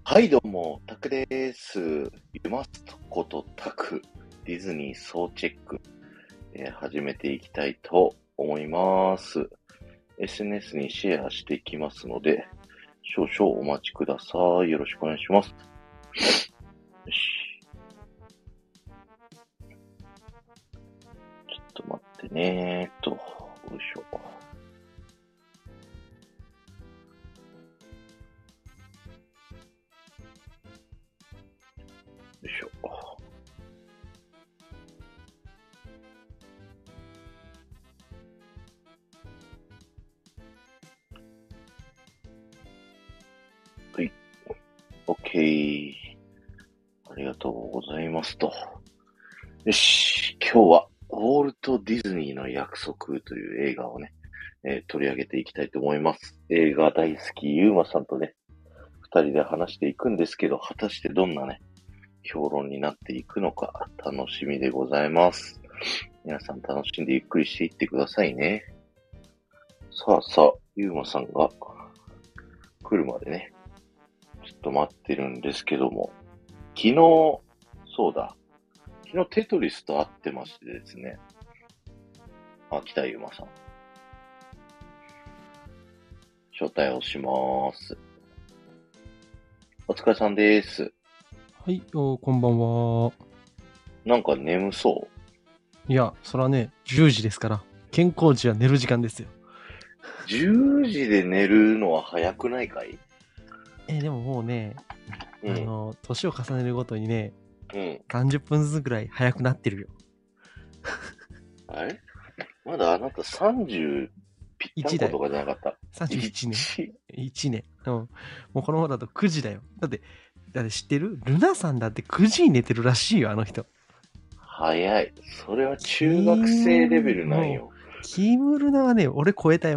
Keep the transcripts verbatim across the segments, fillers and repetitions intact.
はい、どうも、タクです。ゆますことタク、ディズニー総チェック、えー始めていきたいと思います。エスエヌエス にシェアしていきますので、少々お待ちください。よろしくお願いします。よし。ちょっと待ってねーと。よいしょ。よいしょ。はい。OK。ありがとうございますと。よし。今日は、ウォルト・ディズニーの約束という映画をね、えー取り上げていきたいと思います。映画大好きゆうまさんとね、二人で話していくんですけど、果たしてどんなね、評論になっていくのか楽しみでございます。皆さん楽しんでゆっくりしていってくださいね。さあさあ、ゆうまさんが来るまでね、ちょっと待ってるんですけども、昨日、そうだ、昨日テトリスと会ってましてですね、あ、来たゆうまさん。招待をしまーす。お疲れさんです。 はい、おこんばんは。 なんか眠そいや、そらね、じゅうじですから、健康時は寝る時間ですよ。 う。じゅうじで寝るのは早くないかい？ えーでももうね、 うん。 あの、年を重ねるごとにね、 うん。 さんじゅっぷんずつぐらい早くなってるよ。 あれまだあなたさんじゅうぴったんいちだよ。 ことかじゃなかった？ さんじゅういちね。 いち。 いちね。うん。もうこのままだとくじだよ。だって、だって知ってるルナさんだってくじに寝てるらしいよ、あの人。 早い。それはキ中学生レベムル、もう、 ルなんよ。 キムルナはね、俺超えたよ。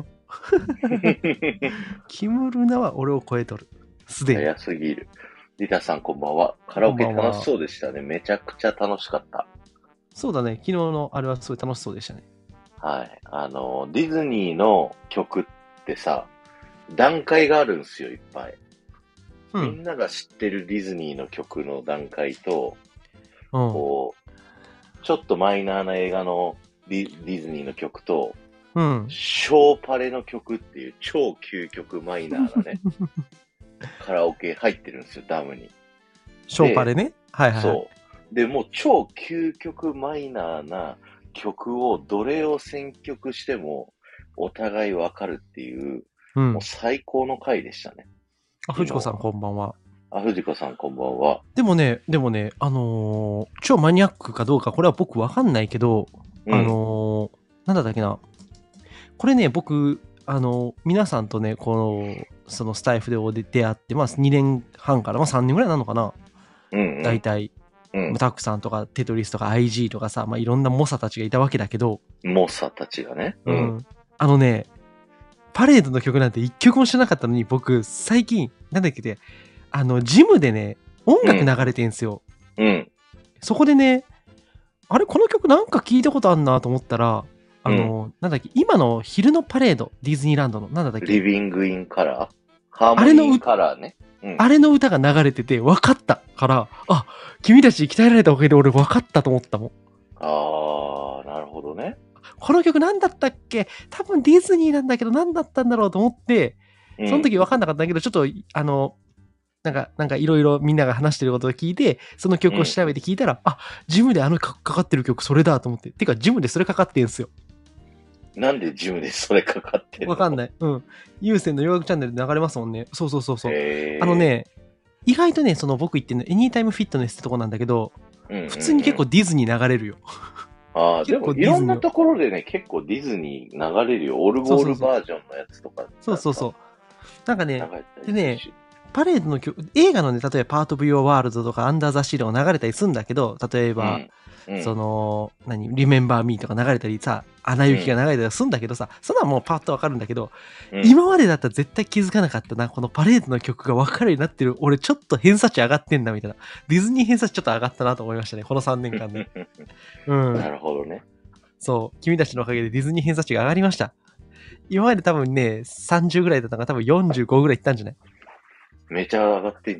キムルナは俺を超えとる。すでに。 早すぎる。リタさんこんばんは。カラこオケ楽しんばんは。 そうでしたね。めちゃくちゃ楽しかった。 そうだね、昨日のあれはすごい楽しそうでしたね。 はい。あの、ディズニーの曲ってさ、段階があるんすよ、いっぱい。 うん。 みんなが知ってるディズニーの曲の段階と、 うん。 こう、ちょっとマイナーな映画のディディズニーの曲と、 うん。 ショーパレの曲っていう超究極マイナーなね、カラオケ入ってるんですよ、ダムに。 ショーパで、 レね。はいはいはい。 そう。で、もう超究極マイナーな曲をどれを選曲してもお互いわかるっていう、もううん。 最高の回でしたね、 あ、藤子さん昨日は。 こんばんは。 あ、藤子さんこんばんは。 でもね、でもね、あのー超マニアックかどうか、これは僕わかんないけど、あうん、 のーなんだったっけな。これね、僕、あのー皆さんとね、この、そのスタイフで出会って、まあにねんはんから、まあさんねんぐらいなのかな。 うん、 大体、 うん、 タクさんとかテトリスとか アイジー とかさ、まあいろんな猛者たちがいたわけだけど、 うん。猛者たちがね。うん、 うん。あのね、パレードの曲なんて一曲も知らなかったのに、僕、最近、なんだっけね、あの、ジムでね、音うん、 楽流れてんすよ。 うん、 そこでね、あれこの曲なんか聞いたことあんなと思ったら、あうん。 の、なんだっけ、今の昼のパレード、ディズニーランドの、なんだっけ、 リビングインカラーハーあれのう、 モニーインカラーね。うん。 あれの歌が流れてて分かったから、あ、君たち鍛えられたおかげで俺分かったと思ったもん。 あー、なるほどね。 この曲なんだったっけ多分ディズニーなんだけど何だったんだろうと思って、そのうん、 時分かんなかったんだけど、ちょっと、あの、なんか、なんかいろいろみんなが話してることを聞いて、そのうん。 曲を調べて聞いたら、あ、ジムであのかかってる曲それだと思って。てか、ジムでそれかかってんすよ。 なんでジムでそれかかってんの？ わかんない。うん。有線の洋楽チャンネルで流れますもんね。そうそうそうそう。あのへね、意外とね、その僕言ってるの、エニータイムフィットネスってとこなんだけど、 ー。うん、うん、 普通に結うん。 構ディズニー流れるよ。 あー、で結構もいディズニーを。 ろんなところでね、結構ディズニー流れるよ。オルゴールそうそうそう。 バージョンのやつとかださ、 そうそうそう。なんかね、 流れたりでね、 するし。 パレードの曲、映画のね、例えばパート・オブ・ヨー・ワールドとかアンダー・ザ・シールが流れたりするんだけど、例えば、 うん、うん、 その、何、リメンバー・ミーとか流れたりさ、アナうん、 雪が流れたりするんだけどさ、そんなのもうパッとわかるんだけど、 うん。 今までだったら絶対気づかなかったな、このパレードの曲が分かるようになってる、俺ちょっと偏差値上がってんだみたいな。ディズニー偏差値ちょっと上がったなと思いましたね、このさんねんかんで。うん。 なるほどね。 そう、君たちのおかげでディズニー偏差値が上がりました。今まで多分ね、さんじゅうぐらいだったのが多分よんじゅうごぐらいいったんじゃない？ めちゃ上がってんじゃん。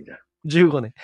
じゅうごねん。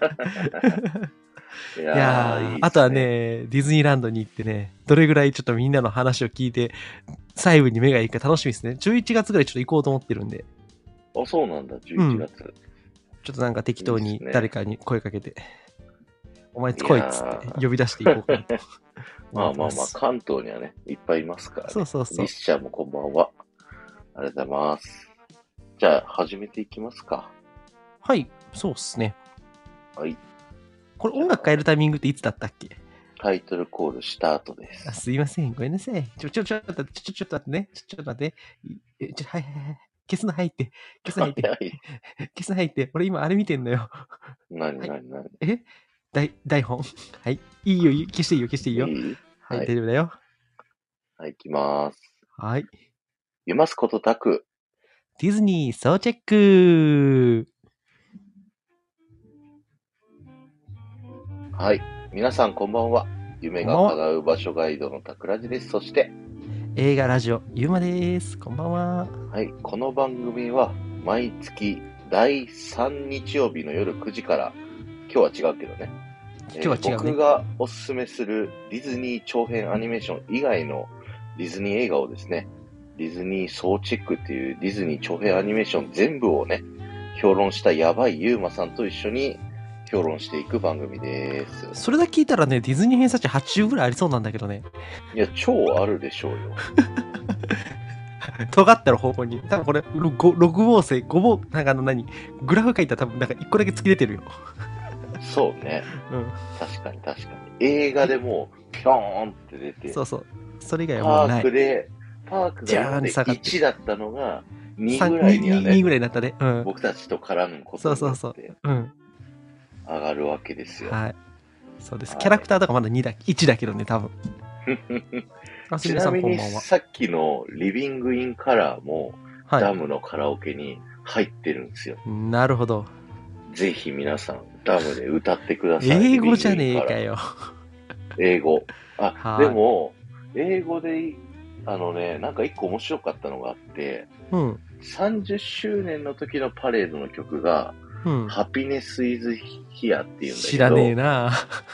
いいやー、いやー、 いっすね。 あとはね、ディズニーランドに行ってね、どれぐらいちょっとみんなの話を聞いて、細部に目がいくか楽しみですね。じゅういちがつぐらいちょっと行こうと思ってるんで、 あ、そうなんだ、じゅういちがつ。 ちょっとなんか適当にいいっすね誰かに声かけて、お前いやー来いっつって呼び出していこうかなとまあまあまあ、 思ってます。 関東にはね、いっぱいいますからね。 そうそうそうミ。スチャーもこんばんは。ありがとうございます。じゃあ、始めていきますか。 はい、そうっすね。 はい。 これ音楽変えるタイミングっていつだったっけ？ タイトルコールした後であ、 す。 すいません。ごめんなさい。ちょ、ちょ、ちょっと待って、ちょ、ちょっと待ってね。ちょ、ちょっと待って。いえちょ、はいはいはい。消すの入って。消すの入って。 早い。 消すの入って。俺今あれ見てんのよ。 何はい何何え台、台本。はい。いいよ、いい消していいよ、消していいよ。 いいはい、 はい大丈夫だよ。 はい、行きます。 はい。 読ますことなく、 ディズニー総チェック。 はい。皆さんこんばんは。夢が叶う場所ガイドの桜地です。そして、 映画ラジオ、ゆうまです。こんばんは。 はい。この番組は毎月だいさん日曜日の夜くじから、今日は違うけどね。 今日は違うね。 僕がおすすめするディズニー長編アニメーション以外のディズニー映画をですね、ディズニー総チェックっていうディズニー長編アニメーション全部をね、評論したやばいゆうまさんと一緒に評論していく番組です。 それだけ聞いたらね、ディズニー偏差値はちじゅうぐらいありそうなんだけどね。 いや、超あるでしょうよ。 尖ってる方向に。多分これ、ろく号星、ご号、なんかあの何、グラフ書いたら多分なんかいっこだけ突き出てるよ。 そうね。 うん。 確かに確かに。映画でもう、ピョーンって出て、 そうそう。それ以外はもうパない。 ークで、パークジャーンが今までって下がっていちだったのが、にさんぐらいにはにね、 ぐらいになったね。うん。 僕たちと絡むことによそうそうってそう。うん。 上がるわけですよ。 はい。そうです。 はいキャラクターとかまだにだ、いちだけどね、多分。あすちみさ、 なんみにこんばんは。 さっきのリビングインカラーも、 はダムのカラオケに入ってるんですよ。 い。なるほど。 ぜひ皆さん、ダムで歌ってください。 英語じゃねえかリビングインカラー。 よ。 英語。あ、 はいでも、英語でい、あのね、なんか一個面白かったのがあって、 うん。 さんじゅっしゅうねんの時のパレードの曲が、 うん。 ハピネスイズヒアっていうんだけど、 知らねえな。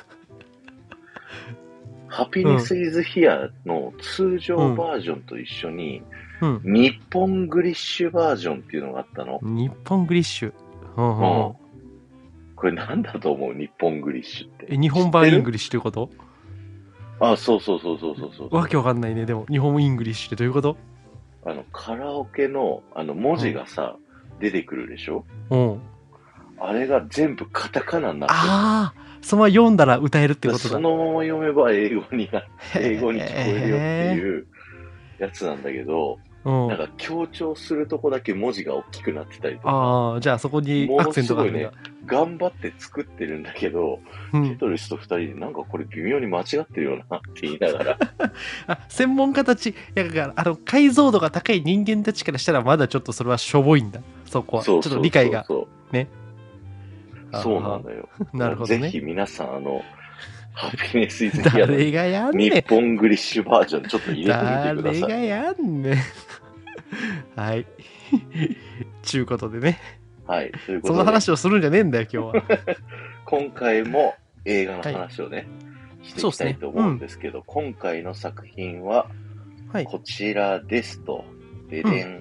ハピネスイズヒアの通常バージョンと一緒に、 うん。 日本グリッシュバージョンっていうのがあったの。 日本グリッシュ。うんうんうん。 これなんだと思う日本グリッシュって。 え、日本版イングリッシュってこと？ あ、そうそうそうそうそうそう。 わけわかんないね。でも、日本イングリッシュってどういうこと？ あの、カラオケの、あの、文字がさ、出てくるでしょ？ うん。 あれが全部カタカナになってる。 ああ、そのまま読んだら歌えるってことだ。 そのまま読めば英語にな、英語に聞こえるよっていうやつなんだけど、 うん。 なんか強調するとこだけ文字が大きくなってたりとか、 ああ、じゃあそこにアクセントがあるんだ。 ものす頑張って作ってるんだけど、テうん。 トリスと二人でなんかこれ微妙に間違ってるよなって言いながら、 あ、専門家たち、いやだから、あの、解像度が高い人間たちからしたらまだちょっとそれはしょぼいんだ。そこは。 そうちょっと理解が。 そうね。 そうなのよ。 なるほどね。 ぜひ皆さん、あの、ハピネスイズヒアの誰がやんねん。 日本グリッシュバージョンちょっと入れてみてくだ誰がさい。 やんねん。はい。ちゅうことでね。 はい。というこそのとで、 話をするんじゃねえんだよ、今日は。 今回も映画の話をね、していきたいそうっすねと思うんですけど、今回の作品ははい。 こちらですと、ででん。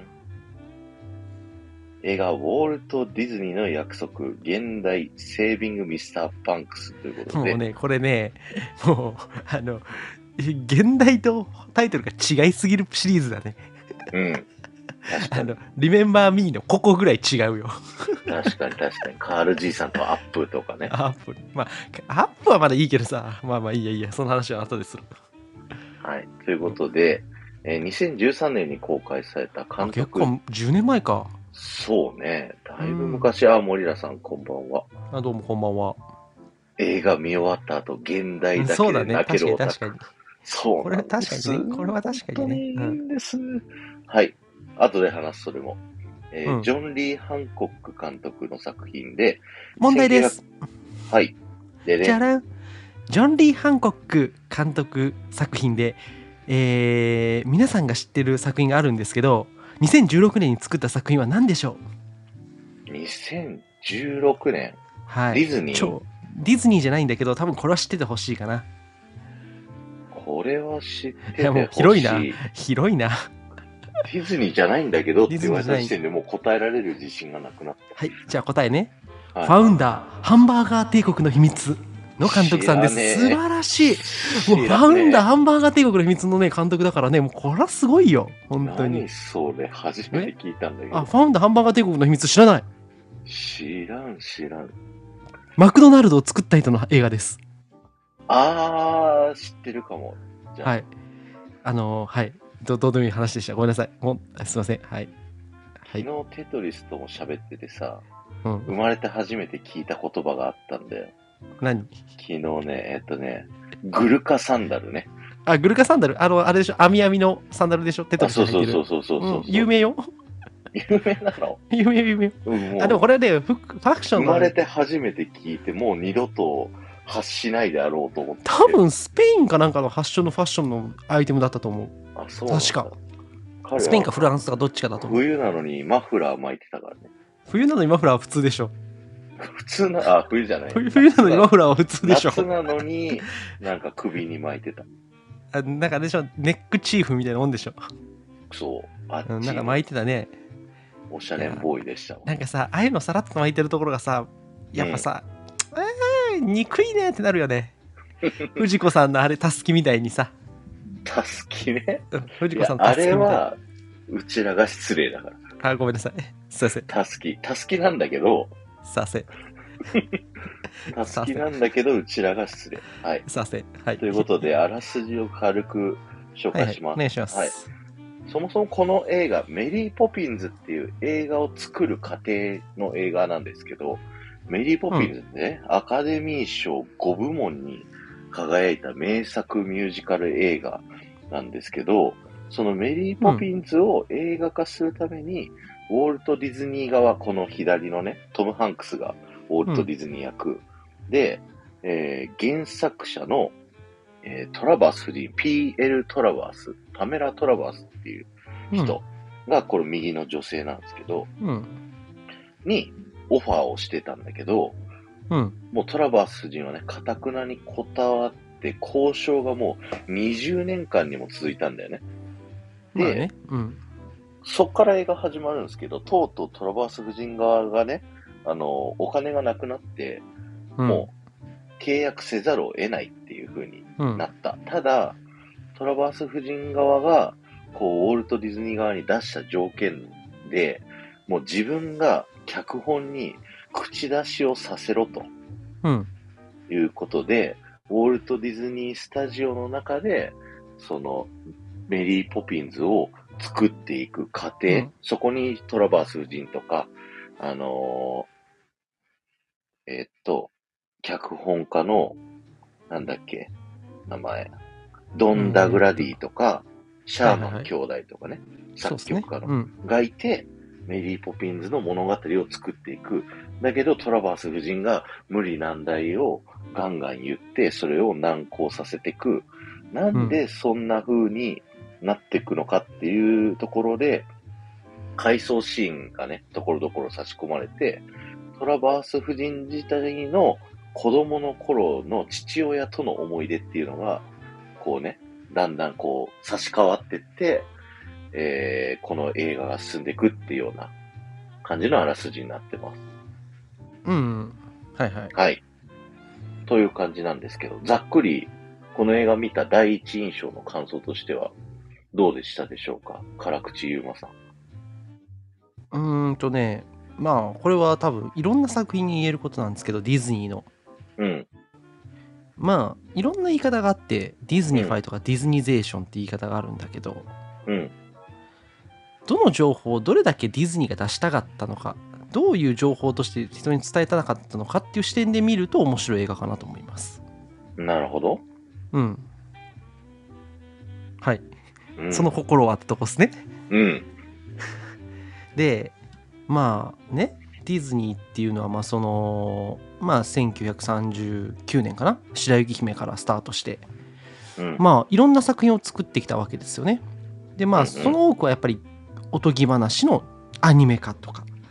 映画、ウォルト・ディズニーの約束、現代、セービング・ミスター・パンクスということで、 もうね、これね、もう、あの、現代とタイトルが違いすぎるシリーズだね。 うん。確かに、 あの、リメンバー・ミーのここぐらい違うよ。 確かに、確かに。カールじいさんとアップとかね。 アップ。まあ、アップはまだいいけどさ、まあまあいいやいいや、その話は後でする。 はい。ということで、えーにせんじゅうさんねんに公開された監結督。 構じゅうねんまえか。 そうね。だいぶ昔、あ、森田さんこんばんは。 あ、どうもこんばんは。 映画見終わった後、現代だけでそうだね。確か泣けるオタク。 に確かに。 そうなんです。 これ確かにね。これは確かにね。 本当にいいんです。はい。後で話す、それも。えーうんジョン・リー・ハンコック監督の作品で、 問題です。 せんきゅうひゃく。はい。でね、 じゃらん。ジョン・リー・ハンコック監督作品で、えー、皆さんが知ってる作品があるんですけど、にせんじゅうろくねんに作った作品は何でしょにせんじゅうろくねはい。 ディズニー超、ディズニーじゃないんだけど、多分これは知っててほしいかな。 これは知っていや、もうてほ広いな。 しい。 広いな。 ディズニーじゃないんだけどってディズ言われニーじゃないた時点でもう答えられる自信がなくなっはい。じゃあ答えね。 た。はい、 ファウンダー、ハンバーガー帝国の秘密の監督さんです。 知らねえ素晴らしい。もうフ知らねえァウンダー、ハンバーガー帝国の秘密のね、監督だからね、もうこれはすごいよ。本当に何。それ初めて聞いたんだけあ、 ど。 ファウンダー、ハンバーガー帝国の秘密知らない。 知らん知らん。 マクドナルドを作った人の映画です。 あー、知ってるかも。じゃあ、 はい。あのーはい。どどうでもいい話でした。ごめんなさい。もう、すいません。はい。はい。 昨日テトリスとも喋っててさ、 うん。 生まれて初めて聞いた言葉があったんだよ。 何昨日ね、えっとね、グルカサンダルね。 あ、グルカサンダル。あの、あれでしょ。網網のサンダルでしょ。テトあ、 リスそうそうに入ってる。 そうそうそうそう、 うん、有名よ。 有名なの有名有名。 うん、もうあ、でもこれね、フファクションの生まれて初めて聞いて、もう二度と発しないであろうと思って。 多分スペインかなんかの発祥のファッションのアイテムだったと思う。 あ、そうなんだ。 確か。 彼はスペインかフランスかどっちかだと思う。 冬なのにマフラー巻いてたからね。 冬なのにマフラーは普通でしょ。 普通な、あ、冬じゃない。 冬冬なのにマフラーは普通でしょ。 夏なのに、なんか首に巻いてた。 あなんかでしょ、ネックチーフみたいなもんでしょ。 そう。あっちうんなんか巻いてたね。 おしゃれんボーイでしたもん。 なんかさ、ああいうのさらっと巻いてるところがさ、やっぱさ、えー、憎いねってなるよね。藤子さんのあれ、たすきみたいにさ。 たすきね。 うん藤いや子さん、のあたすきみたいに。 れは、うちらが失礼だから。 あ、ごめんなさい。すいません。 たすき。たすきなんだけど、 すいません。 たすきなんだけど、うちらが失礼。はい。 すいません。はい。 ということで、あらすじを軽く紹はいはい、 介します。 お願いします。 はい。そもそもこの映画、メリー・ポピンズっていう映画を作る過程の映画なんですけど、メリー・ポピンズってね、うん、アカデミー賞ごぶもんに輝いた名作ミュージカル映画なんですけど、そのメリー・ポピンズを映画化するために、うん、ウォルト・ディズニー側、この左のね、トム・ハンクスがウォルト・ディズニー役、うん、で、えー、原作者のえー、トラバース夫人、ピーエル トラバース、パメラ・トラバースっていう人が、これ右の女性なんですけど、うん、にオファーをしてたんだけど、うん、もうトラバース夫人はね、堅くなに断って、交渉がもうにじゅうねんかんにも続いたんだよね。で、まあねうん、そっから映画始まるんですけど、とうとうトラバース夫人側がね、あの、お金がなくなって、うん、もう、契約せざるを得ないっていう風になった。うん、ただ、トラバース夫人側が、こう、ウォルト・ディズニー側に出した条件で、もう自分が脚本に口出しをさせろと。うん。いうことで、ウォルト・ディズニースタジオの中で、その、メリー・ポピンズを作っていく過程、うん、そこにトラバース夫人とか、あのー、えー、っと、脚本家の、なんだっけ、名前。ドン・ダグラディとか、うん、シャーマン兄弟とかね、はいはいはい、作曲家の、ねうん、がいて、メリー・ポピンズの物語を作っていく。だけど、トラバース夫人が無理難題をガンガン言って、それを難航させていく。なんでそんな風になっていくのかっていうところで、回想シーンがね、ところどころ差し込まれて、トラバース夫人自体の子供の頃の父親との思い出っていうのが、こうね、だんだんこう差し替わってって、えー、この映画が進んでいくっていうような感じのあらすじになってます。 うん。はいはい。 はい。という感じなんですけど、ざっくりこの映画見た第一印象の感想としてはどうでしたでしょうか？辛口ゆうまさん。 うーんとね、まあこれは多分いろんな作品に言えることなんですけど、ディズニーの。 うん。 まあいろんな言い方があって、ディズニファイとかディズニゼーションって言い方があるんだけど、 うん。 どの情報をどれだけディズニーが出したかったのか、どういう情報として人に伝えたかったのかっていう視点で見ると面白い映画かなと思います。 なるほど。 うん。はい。 うん、 その心はってとこですね。 うん。 で、まあね、ディズニーっていうのはまあそのまあせんきゅうひゃくさんじゅうきゅうねんかな、白雪姫からスタートして、うん、まあいろんな作品を作ってきたわけですよね。でまあその多くはやっぱりおとぎ話のアニメ化とか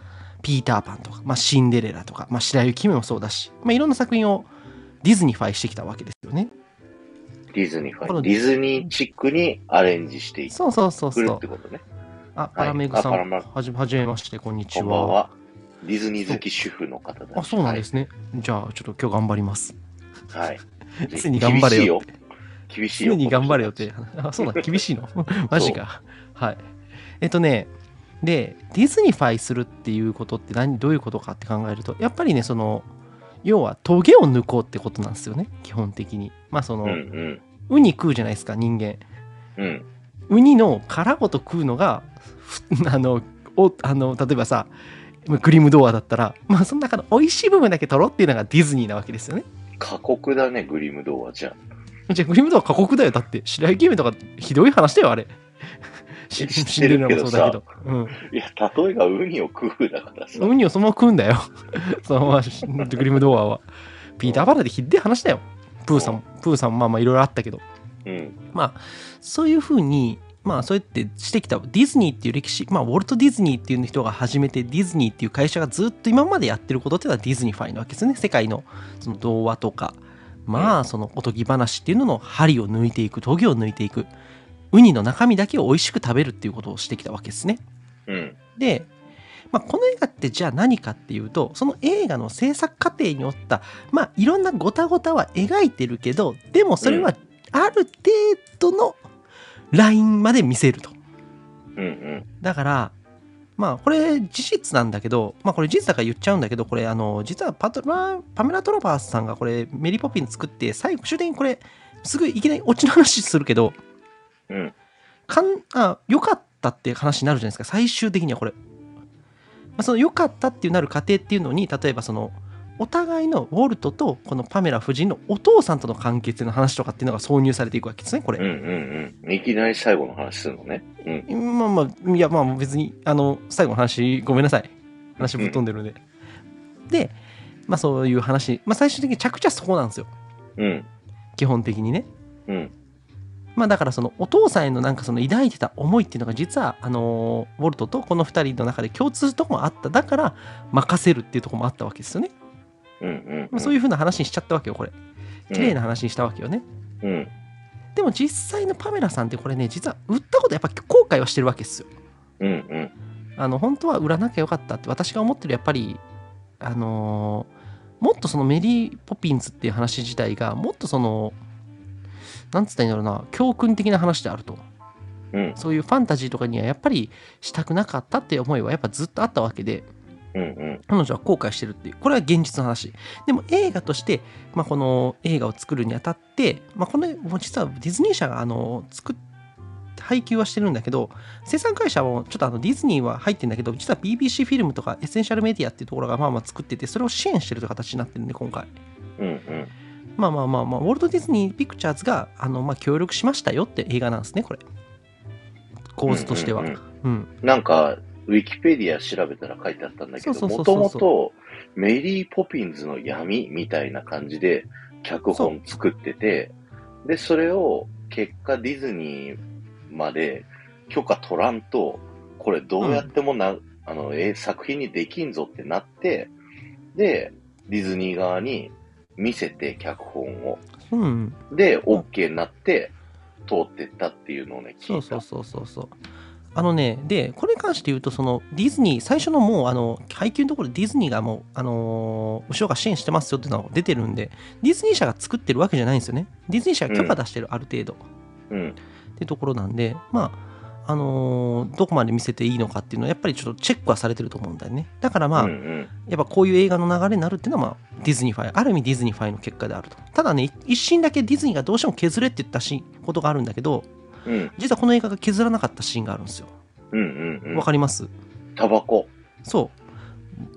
ピーターパンとか、まあ、シンデレラとか、まあ、白雪姫もそうだし、まあ、いろんな作品をディズニファイしてきたわけですよね。 ディズニファイ。ディズニーチックにアレンジしていくそうそうそうそうってことね。 あ、パラメグさん、 はい、あはじ、はじめまして、こんにちは。 こんばんは。ディズニー好き主婦の方だ。 あ、そうなんですね。はい、じゃあ、ちょっと今日頑張ります。 はい。 常に頑張れよって。 厳しいよ。 常に頑張れよって。あ、そうだ、厳しいのマジか。はい。えっとね、で、ディズニファイするっていうことって何、どういうことかって考えると、やっぱりね、その、要は、トゲを抜こうってことなんですよね、基本的に。まあ、その、うんうん、ウニ食うじゃないですか、人間。 うん。 ウニの殻ごと食うのが、あの、おあの例えばさ、グリム童話だったら、まあ、その中の美味しい部分だけ取ろうっていうのがディズニーなわけですよね。 過酷だね、グリム童話じゃあ。じゃあ、グリム童話過酷だよ。だって、白雪姫とかひどい話だよ、あれ。 知ってるけどさ、 うん、 いや、例えがウニを食うだからさ。 ウニをそのまま食うんだよ。そのまま、グリム童話は。ピーター・パンダでひでえ話だよ。プーさんも、プーさんもまあまあいろいろあったけど。 うん、 まあ、そういうふうに、まあそうやってしてきたディズニーっていう歴史、まあウォルト・ディズニーっていう人が始めて、ディズニーっていう会社がずっと今までやってることっていうのはディズニーファイなわけですね。世界のその童話とか、まあそのおとぎ話っていうのの針を抜いていく、トゲを抜いていく、ウニの中身だけを美味しく食べるっていうことをしてきたわけですね。 うん、 で、まあ、この映画ってじゃあ何かっていうと、その映画の制作過程によった、まあいろんなごたごたは描いてるけど、でもそれはある程度のラインまで見せると。 うんうん、 だからまあこれ事実なんだけど、まあこれ事実だから言っちゃうんだけど、これあの実はパトラパメラ・トラバースさんがこれメリー・ポピン作って最後終的にこれすぐいきなりオチの話するけど、 うん、 かんあ良かったっていう話になるじゃないですか。最終的にはこれ、まあ、その良かったっていうなる過程っていうのに、例えばそのお互いのウォルトとこのパメラ夫人のお父さんとの関係性の話とかっていうのが挿入されていくわけですね、これ。 うんうんうん。いきなり最後の話するのね。 うん、まあまあ、いやまあ別に、あの、最後の話、ごめんなさい。話ぶっ飛んでるんで。うん、で、まあそういう話、まあ最終的に着地はそこなんですよ。 うん。 基本的にね。 うん。 まあだからそのお父さんへのなんかその抱いてた思いっていうのが実はあのウォルトとこのふたりの中で共通するとこもあった。だから任せるっていうとこもあったわけですよね。 うんうんうん、 まあ、そういう風な話にしちゃったわけよこれ。綺麗な話にしたわけよね。 うん。 でも実際のパメラさんってこれね、実は売ったことやっぱ後悔はしてるわけですよ。 うんうん。 あの本当は売らなきゃよかったって私が思ってるやっぱりあのー、もっとそのメリー・ポピンズっていう話自体がもっとそのなんつったらいいんだろうな、教訓的な話であると、 うん、 そういうファンタジーとかにはやっぱりしたくなかったっていう思いはやっぱずっとあったわけで、 うんうん、 彼女は後悔してるっていう、これは現実の話でも映画として、まあ、この映画を作るにあたって、まあ、この実はディズニー社があの作っ配給はしてるんだけど、生産会社もちょっとあのディズニーは入ってるんだけど、実は ビービーシー フィルムとかエッセンシャルメディアっていうところがまあまあ作ってて、それを支援してるという形になってるんで今回、 うんうん、 まあまあまあまあウォルト・ディズニー・ピクチャーズがあのまあ協力しましたよって映画なんですね、これ構図としては。うん、うんうん、 なんかウィキペディア調べたら書いてあったんだけど、もともとメリー・ポピンズの闇みたいな感じで脚本作ってて、でそれを結果ディズニーまで許可取らんと、これどうやってもな、うん、あのえ作品にできんぞってなって、でディズニー側に見せて脚本を、 うん、 で OK になって通ってったっていうのをね聞いた。 そうそうそうそう。あのね、でこれに関して言うと、そのディズニー最初のもうあの配給のところでディズニーがもうあのー、後ろが支援してますよっていうのが出てるんで、ディズニー社が作ってるわけじゃないんですよね。ディズニー社が許可出してる、うん、ある程度、 うん、 っていうところなんで、まああのー、どこまで見せていいのかっていうのはやっぱりちょっとチェックはされてると思うんだよね。だからまあ、うんうん、やっぱこういう映画の流れになるっていうのは、まあ、ディズニーファイ、ある意味ディズニーファイの結果であると。ただね、一瞬だけディズニーがどうしても削れって言ったしことがあるんだけど、うん、実はこの映画が削らなかったシーンがあるんですよ。 うんうんうん、 わかります？ タバコ。 そう。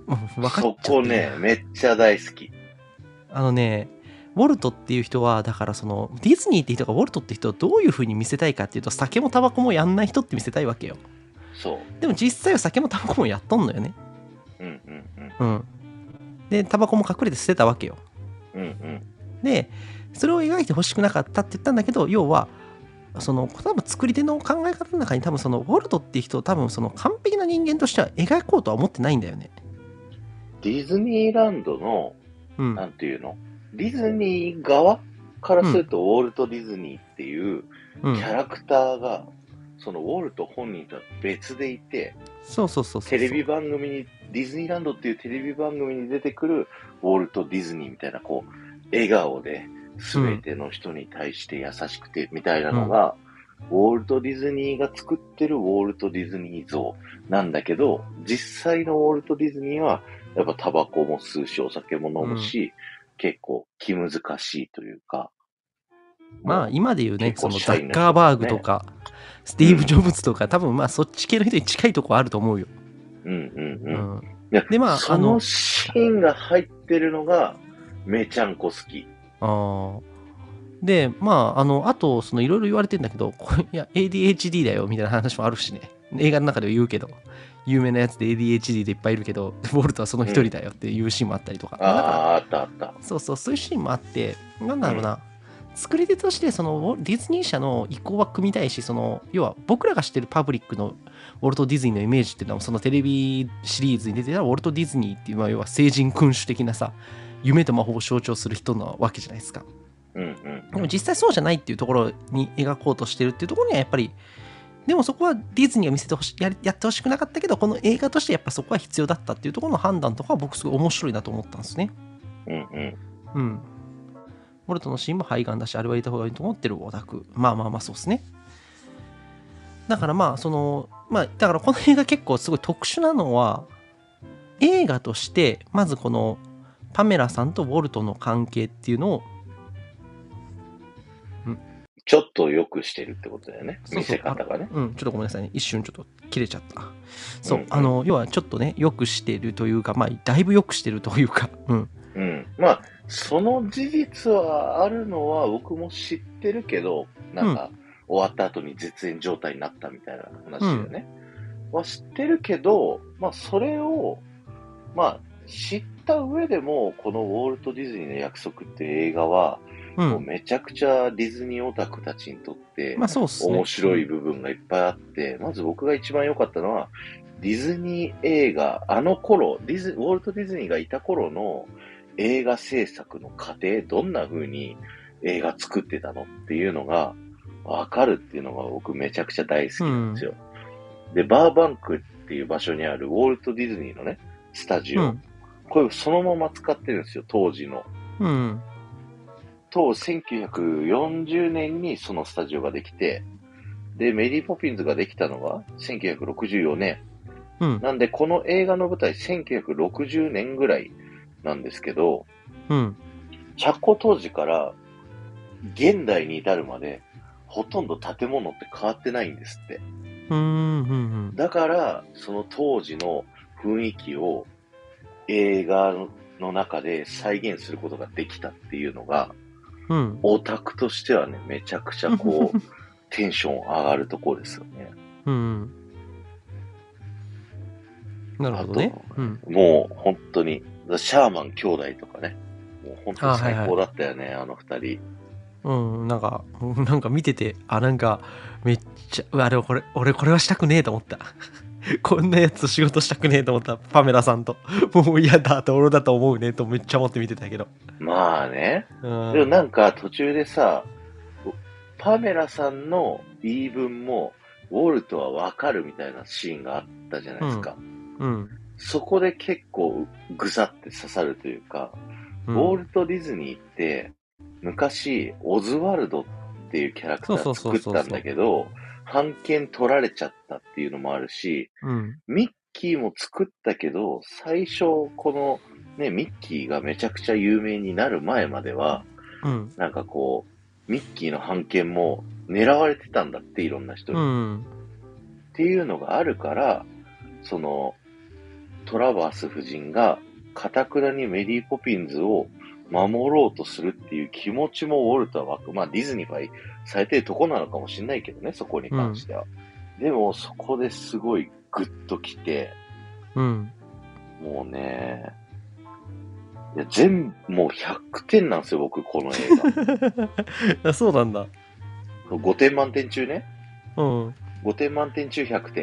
分かっちゃって。 そこね、めっちゃ大好き。 あのね、ウォルトっていう人は、だからそのディズニーっていう人がウォルトっていう人をどういう風に見せたいかっていうと、酒もタバコもやんない人って見せたいわけよ。 そう。 でも実際は酒もタバコもやっとんのよね。 うんうんうん。 うん。で、タバコも隠れて捨てたわけよ。 うんうん。 で、それを描いてほしくなかったって言ったんだけど、要は、その多分作り手の考え方の中に多分そのウォルトっていう人を多分その完璧な人間としては描こうとは思ってないんだよね。 ディズニーランドの、 うん。 なんていうの、ディズニー側からすると、ウォルト・ディズニーっていうキうん。 ャラクターが、そのウォルト本人とは別でいて、 そうそうそうそう。 テレビ番組に、ディズニーランドっていうテレビ番組に出てくるウォルト・ディズニーみたいな、こう、笑顔で、すべての人に対して優しくて、みたいなのが、うん、ウォルト・ディズニーが作ってるウォルト・ディズニー像なんだけど、実際のウォルト・ディズニーは、やっぱタバコも吸うし、お酒も飲むし、うん、結構気難しいというか。 まあ今で言うね、そのザッカーバーグとか、スティーブ・ジョブズとか、うん、多分まあそっち系の人に近いとこあると思うよ。 うんうんうん。うん、で、まあ、そのシーンが入ってるのが、めちゃんこ好き。 ああ。で、まあ、あの、あと、そのいろいろ言われてんだけど、これいや、エーディーエイチディー だよみたいな話もあるしね。映画の中では言うけど、有名なやつで エーディーエイチディー でいっぱいいるけど、ウォルトはその一人だよっていうシーンもあったりとか。 うん、ああ、あったあった。 そうそう、そういうシーンもあって、なんだろうな。うん、作り手としてそのディズニー社の意向は組みたいし、その要は僕らが知ってるパブリックのウォルト・ディズニーのイメージっていうのは、そのテレビシリーズに出てたウォルト・ディズニーっていうのは要は聖人君主的なさ、夢と魔法を象徴する人なわけじゃないですか。 うんうん、 でも実際そうじゃないっていうところに描こうとしてるっていうところにはやっぱり、でもそこはディズニーが見せてほしややってほしくなかったけど、この映画としてやっぱそこは必要だったっていうところの判断とかは僕すごい面白いなと思ったんですね。 うんうんうんウォルトのシーンも肺がんだし、あれは入れた方がいいと思ってるオタク。まあまあまあそうですね。だからまあそのまあだからこの映画結構すごい特殊なのは、映画としてまずこのパメラさんとウォルトの関係っていうのをちょっと良くしてるってことだよね。見せ方がね。 うん、ちょっとごめんなさいね。一瞬ちょっと切れちゃった。そう、うんうん、あの、要はちょっとね、良くしてるというか、まあ、だいぶ良くしてるというか、うん。 うん。まあ、その事実はあるのは僕も知ってるけど、なんか、終わった後に絶縁状態になったみたいな話だよね。うん、は知ってるけど、まあ、それを、まあ、知った上でも、このウォルト・ディズニーの約束っていう映画は、うん、もうめちゃくちゃディズニーオタクたちにとって、まあそうっすね、面白い部分がいっぱいあって、まず僕が一番良かったのは、ディズニー映画、あの頃、ディズ、ウォルト・ディズニーがいた頃の映画制作の過程、どんな風に映画作ってたのっていうのがわかるっていうのが僕めちゃくちゃ大好きなんですよ。うん、で、バーバンクっていう場所にあるウォルト・ディズニーのね、スタジオ。うん、これそのまま使ってるんですよ、当時の。うんと、せんきゅうひゃくよんじゅうねんにそのスタジオができて、で、メリー・ポピンズができたのがせんきゅうひゃくろくじゅうよねん。うん、なんで、この映画の舞台せんきゅうひゃくろくじゅうねんぐらいなんですけど、うん、着工当時から現代に至るまで、ほとんど建物って変わってないんですって。うんうんうん、だから、その当時の雰囲気を映画の中で再現することができたっていうのが、うん、オタクとしてはね、めちゃくちゃこう、テンション上がるところですよね。うん。なるほどね。うん、もう本当に、シャーマン兄弟とかね、もう本当に最高だったよね、あ,、はいはい、あの二人。 うん、なんか、なんか見てて、あ、なんか、めっちゃ、うわ、でもこれ、俺これはしたくねえと思った。こんなやつと仕事したくねえと思った、パメラさんと。もう嫌だって俺だと思うねとめっちゃ思って見てたけど。 まあね。うん、でもなんか途中でさ、パメラさんの言い分も、ウォルトはわかるみたいなシーンがあったじゃないですか。うん。うん、そこで結構ぐさって刺さるというか、うん、ウォルト・ディズニーって、昔、オズワルドっていうキャラクター作ったんだけど、版権取られちゃったっていうのもあるし、うん、ミッキーも作ったけど、最初、このね、ミッキーがめちゃくちゃ有名になる前までは、うん、なんかこう、ミッキーの版権も狙われてたんだって、いろんな人に。うん、っていうのがあるから、その、トラバース夫人が、かたくなにメリー・ポピンズを守ろうとするっていう気持ちもウォルトは湧く。まあディズニーがされてるとこなのかもしれないけどね、そこに関しては。うん、でもそこですごいグッときて、うん、もうね、いや全部もうひゃくてんなんですよ、僕、この映画。そうなんだ。 ごてん満点中ね。 うん。 ごてん満点中ひゃくてん。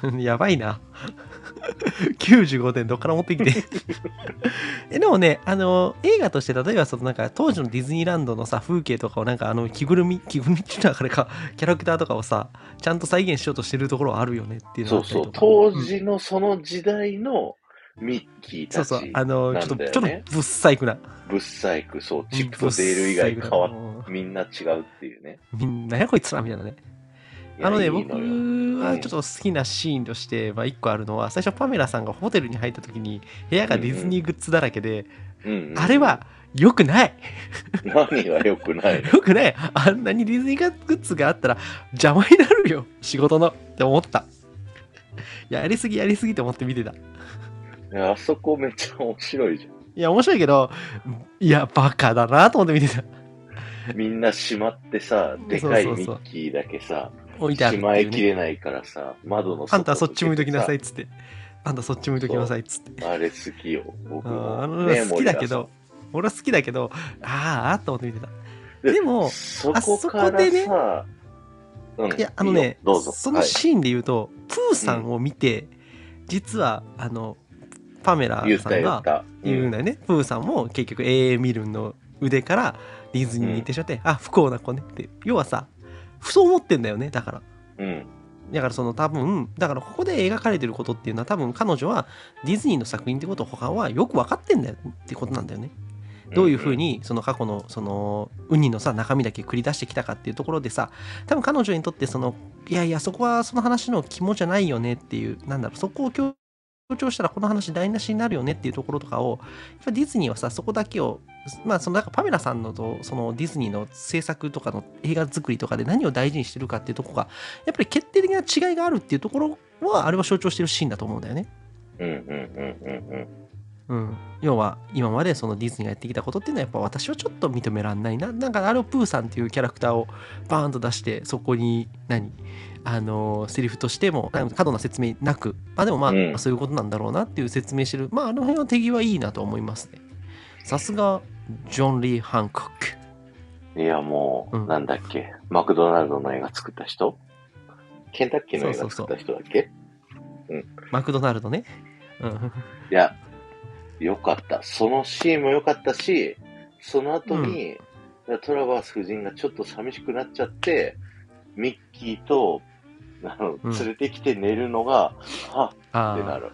やばいな。きゅうじゅうごてんどっから持ってきて。え、でもね、あの、映画として、例えばそのなんか当時のディズニーランドのさ、風景とかをなんかあの着ぐるみ、着ぐるみっていうのはあれか、キャラクターとかをさ、ちゃんと再現しようとしてるところはあるよねっていうのそうそう。 があったりとか。 当時のその時代のミッキーたそうそう、 ちあの、 なちょっと、ちょっとんだよね。 ぶっさいくな。 ブッサイク、そう。チップぶっとデール以さいくな。 外変わっ、 もみんな違うっていうね。 うみんなやこいつらみたいなね。 いや、 あのね、 いい僕のよ。 はちょっと好きなシーンとして、まあ、一個あるのは、最初パメラさんがホテルに入った時に、部屋がディズニーグッズだらけで、 うんうんうん、 あれは良くない。 何が良くないの？ 良くない。あんなにディズニーグッズがあったら邪魔になるよ、仕事のって思った。やりすぎやりすぎと思って見てた。いや、あそこめっちゃ面白いじゃん。 や、面白いけど、いや、バカだなと思って見てた。 みんな閉まってさ、でかいミッキーだけさ、 置いてあるっていう、ね、 しまいきれないからさ、窓の外あんたそっち向いときなさいっつって。あんたそっち向いときなさいっつって。 あれ好きよ、僕も。 あの好きだけど、俺は好きだけど、ああと思って見てた。で, でも、 そこからさ、ね、 うん、いや、あのね、 どうぞそのシーンで言うと、はい、プーさんを見て、うん、実は、あの、パメラさんが言うんだよね。プーさんも結局 エーエー ミルンの腕からディズニーに行ってしまって、うん、あ、不幸な子ねって。要はさ、そう思ってんだよね、だから。 うん。 だからその多分、だからここで描かれてることっていうのは多分彼女はディズニーの作品ってことを他はよく分かってんだよってことなんだよね。どういうふうにその過去のそのウニのさ中身だけ繰り出してきたかっていうところでさ、多分彼女にとってそのいやいやそこはその話の肝じゃないよねっていう、なんだろう、そこを強調したらこの話台無しになるよねっていうところとかを、やっぱディズニーはさそこだけを、まあそのなんかパメラさんのとそのディズニーの制作とかの映画作りとかで何を大事にしてるかっていうところがやっぱり決定的な違いがあるっていうところはあれは象徴してるシーンだと思うんだよね。 うんうんうんうんうん。 うん、要は今までそのディズニーがやってきたことっていうのはやっぱ私はちょっと認めらんないな。なんかあれをプーさんっていうキャラクターをバーンと出してそこに何あのー、セリフとしても過度な説明なく、まあでもまあ、うん、そういうことなんだろうなっていう説明してる、まああの辺は手際いいなと思いますね。さすがジョン・リー・ハンコック。 いやもう、うん、なんだっけ、マクドナルドの映画作った人、ケンタッキーの映画作った人だっけ？ うん。マクドナルドね。 うん。いや。よかった。そのシーンも良かったし、その後に、うん、トラバース夫人がちょっと寂しくなっちゃって、ミッキーと、あの、うん、連れてきて寝るのが、はっってなる。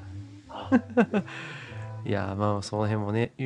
いや、まあ、その辺もね、うん。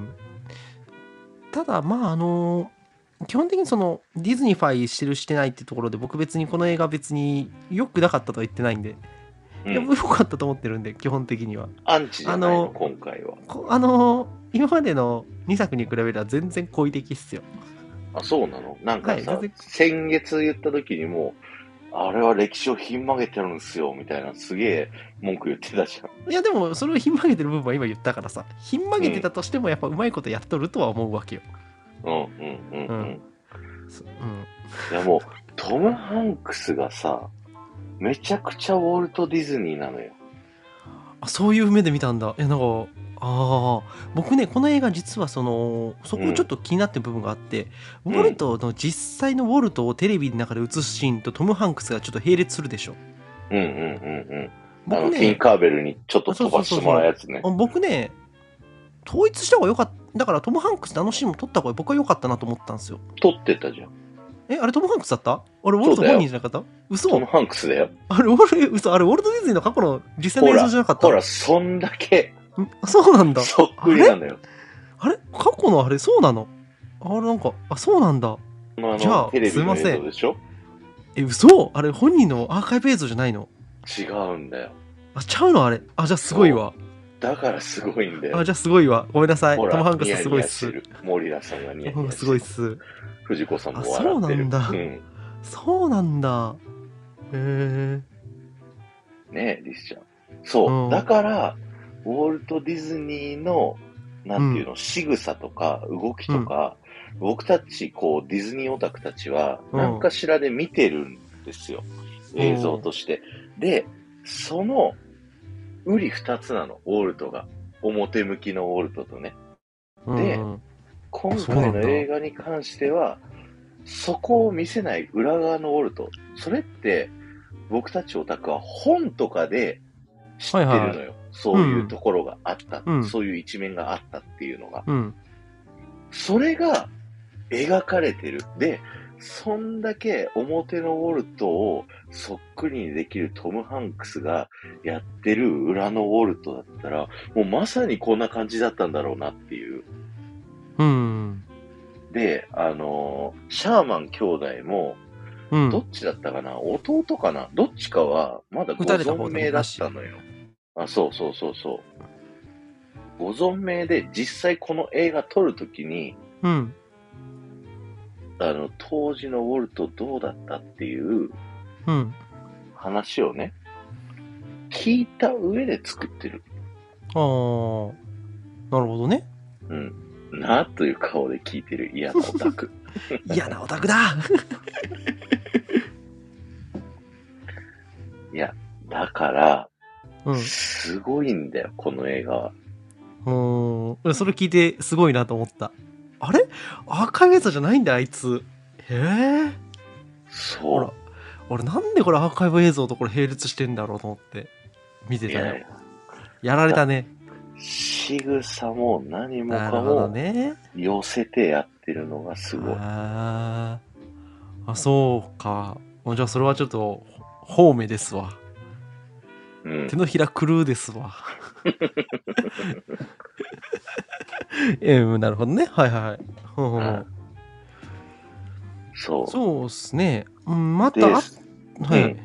ただ、まあ、あの、基本的にその、ディズニファイしてるしてないっていうところで、僕別にこの映画別に良くなかったとは言ってないんで、いや、良かったと思ってるんで、基本的には。 アンチじゃないの、今回は。 あの、今までのにさくに比べれば全然好意的っすよ。 あ、そうなの？なんかさ、はい、先月言った時にも、あれは歴史をひん曲げてるんですよ、みたいな、すげえ文句言ってたじゃん。 いや、でも、それをひん曲げてる部分は今言ったからさ、ひん曲げてたとしてもやっぱうまいことやっとるとは思うわけよ。 うん、うん、うん、うん。うん。いや、もう、トム・ハンクスがさ、めちゃくちゃウォルト・ディズニーなのよ。 あ、そういう目で見たんだ。いや、なんか、ああ、僕ね、この映画実はその、そこちょっと気になってる部分があって、うん、ウォルトの実際のウォルトをテレビの中で映すシーンとトム・ハンクスがちょっと並列するでしょ。 うんうんうんうん。僕ね、あの、フィン・カーベルにちょっと飛ばしてもらうやつね。 そうそうそうそう。僕ね、統一した方が良かった。だからトム・ハンクスのあのシーンも撮った方が僕は良かったなと思ったんですよ。 撮ってたじゃん。 え、あれトム・ハンクスだった？あれウォルト本人じゃなかった？嘘？ トム・ハンクスだよ。 あれ、俺、嘘、あれウォルト・ディズニーの過去の実際の映像じゃなかった？ ほら、ほら、そんだけ。 そうなんだ。 そっくりなのよ。 あれ？あれ過去のあれ、そうなの？あれ、なんか、あ、そうなんだ。 じゃあ、すいません。 え、嘘？あれ、本人のアーカイブ映像じゃないの？ 違うんだよ。 あ、ちゃうのあれ。あ、じゃあすごいわ。 だからすごいんだよ。 あ、じゃあすごいわ。ごめんなさい。トム・ハンクスすごいっす。 モリラさんがニヤニヤすごいっす。 藤子さんも笑ってる。 あ、そうなんだ。うん、そうなんだ。へえ。 ねえ、リスちゃん。そう。うん、だから、ウォルト・ディズニーの、なんていうの、うん、仕草とか動きとか、うん、僕たち、こう、ディズニーオタクたちは、何かしらで見てるんですよ。うん、映像として。で、その、うり二つなの、ウォルトが。表向きのウォルトとね。で、うん、今回の映画に関しては、そこを見せない裏側のウォルト。それって、 僕たちオタクは本とかで知ってるのよ。はいはい、そういうところがあった、うん、そういう一面があったっていうのが。うん、それが描かれてる。で、そんだけ表のウォルトをそっくりにできるトム・ハンクスがやってる裏のウォルトだったら、もうまさにこんな感じだったんだろうなっていう。 うん。 で、あのー、シャーマン兄弟も、うん、どっちだったかな、弟かな、どっちかはまだご存命だったのよ。あ、そうそうそうそう。ご存命で実際この映画撮るときに、 うん。 あの、当時のウォルトどうだったっていう話をね、うん、聞いた上で作ってる。 ああ、なるほどね。 うん。なという顔で聞いてる嫌なオタク。 嫌なオタクだいや、だから、うん、すごいんだよ、この映画は。 うん。それ聞いてすごいなと思った。あれアーカイブ映像じゃないんだ、あいつ。へえ。 そう。 俺なんでこれアーカイブ映像とこれ並列してんだろうと思って見てたよ。や, やられたね。 仕草も何もかも寄せてやってるのがすごい。 ああ、そうか。じゃあそれはちょっと方面ですわ。うん、手のひら狂うですわ。えー、なるほどね。はいはい。ほうほうほう。 そう。 そうっすね。うん、また、はい、うん。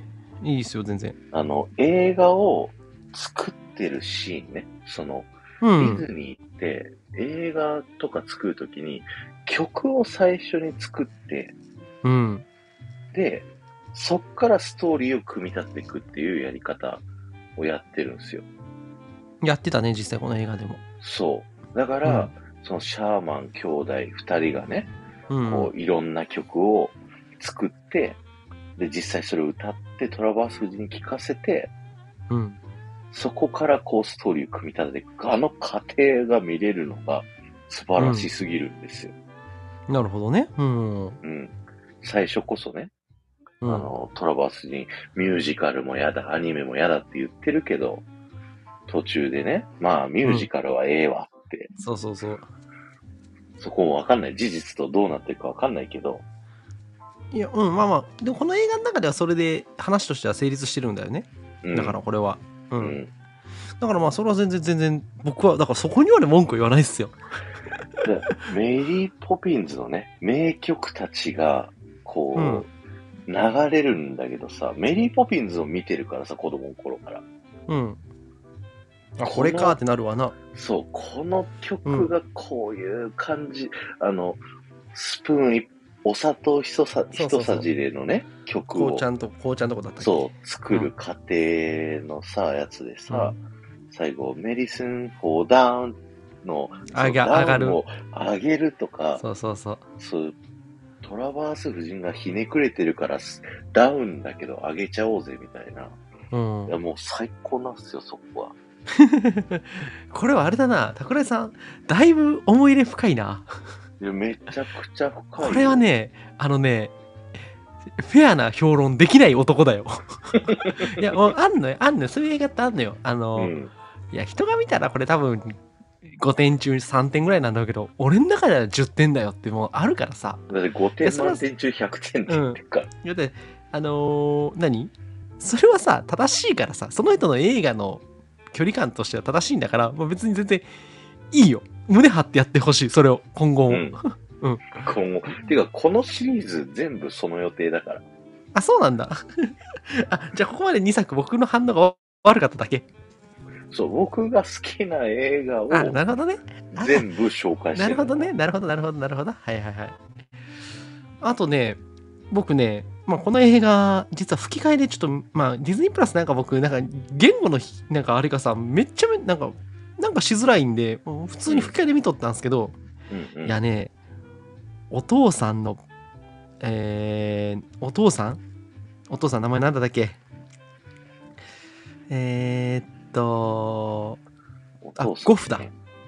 いいですよ、全然。 あの、映画を作ってるシーンね。その、うん、ディズニーって映画とか作るときに曲を最初に作って、 うん。 で、そっからストーリーを組み立てていくっていうやり方をやってるんですよ。 やってたね、実際この映画でも。 そう。だから、うん、そのシャーマン兄弟二人がね、うん、こういろんな曲を作って、で、実際それを歌ってトラバース夫人に聴かせて、 うん、 そこからこうストーリーを組み立てていく。あの過程が見れるのが素晴らしすぎるんですよ。 うん、なるほどね。うん。 うん。最初こそね、うん、あの、トラバース夫人、ミュージカルもやだ、アニメもやだって言ってるけど、途中でね、まあミュージカルはええわって、 うん。そうそうそう。 そこもわかんない。事実とどうなってるかわかんないけど。 いや、うん、まあまあ、でもこの映画の中ではそれで話としては成立してるんだよね。うん、だからこれは。うん。うん、だからまあそれは全然全然、僕は、だからそこにはね、文句言わないっすよ。 メリー・ポピンズのね、名曲たちが、こう、うん、流れるんだけどさ、メリー・ポピンズを見てるからさ、子供の頃から。 うん。あ、これかってなるわな。 そう、この曲がこういう感じ、うん、あの、スプーン、お砂糖一さじでのね、曲を。 こうちゃんと、こうちゃんとこだったっけ。 そう、作る過程のさ、うん、やつでさ、うん、最後、メディスン・フォー・ダウンの、 上がる。 を上げるとか、 そうそうそう。 そうトラバース夫人がひねくれてるからダウンだけど上げちゃおうぜみたいな。うん、いやもう最高なんすよ、そこは。 これはあれだな、桜井さん、だいぶ思い入れ深いな。 いやめちゃくちゃ深い。 これはね、あのね、フェアな評論できない男だよ。いや、もうあんのよ、あんのよ、そういう映画ってあんのよ。あの、うん、いや、人が見たらこれ多分、ごてん中さんてんぐらいなんだけど、俺の中ではじゅってんだよってもうあるからさ。 だってごてん満点中ひゃくてんって言ってるから。 うん、だって、あのー、何それはさ、正しいからさ、その人の映画の距離感としては正しいんだから、まあ、別に全然いいよ。胸張ってやってほしい、それを、今後も。うんうん、今後。てか、このシリーズ全部その予定だから。 あ、そうなんだ。あ、じゃあここまでにさく僕の反応が悪かっただけ。 そう、僕が好きな映画を、 あ、なるほどね。 全部紹介してる。 なるほどね。なるほど、なるほど、なるほど。はいはいはい。あとね、僕ね、まあ、この映画、実は吹き替えでちょっと、まあ、ディズニープラスなんか僕、なんか、言語の、なんかあれがさ、めっちゃめ、なんか、なんかしづらいんで、普通に吹き替えで見とったんですけど、うんうん、いやね、お父さんの、えー、お父さんお父さん名前なんだっけえー、っと、あ、ゴフだ。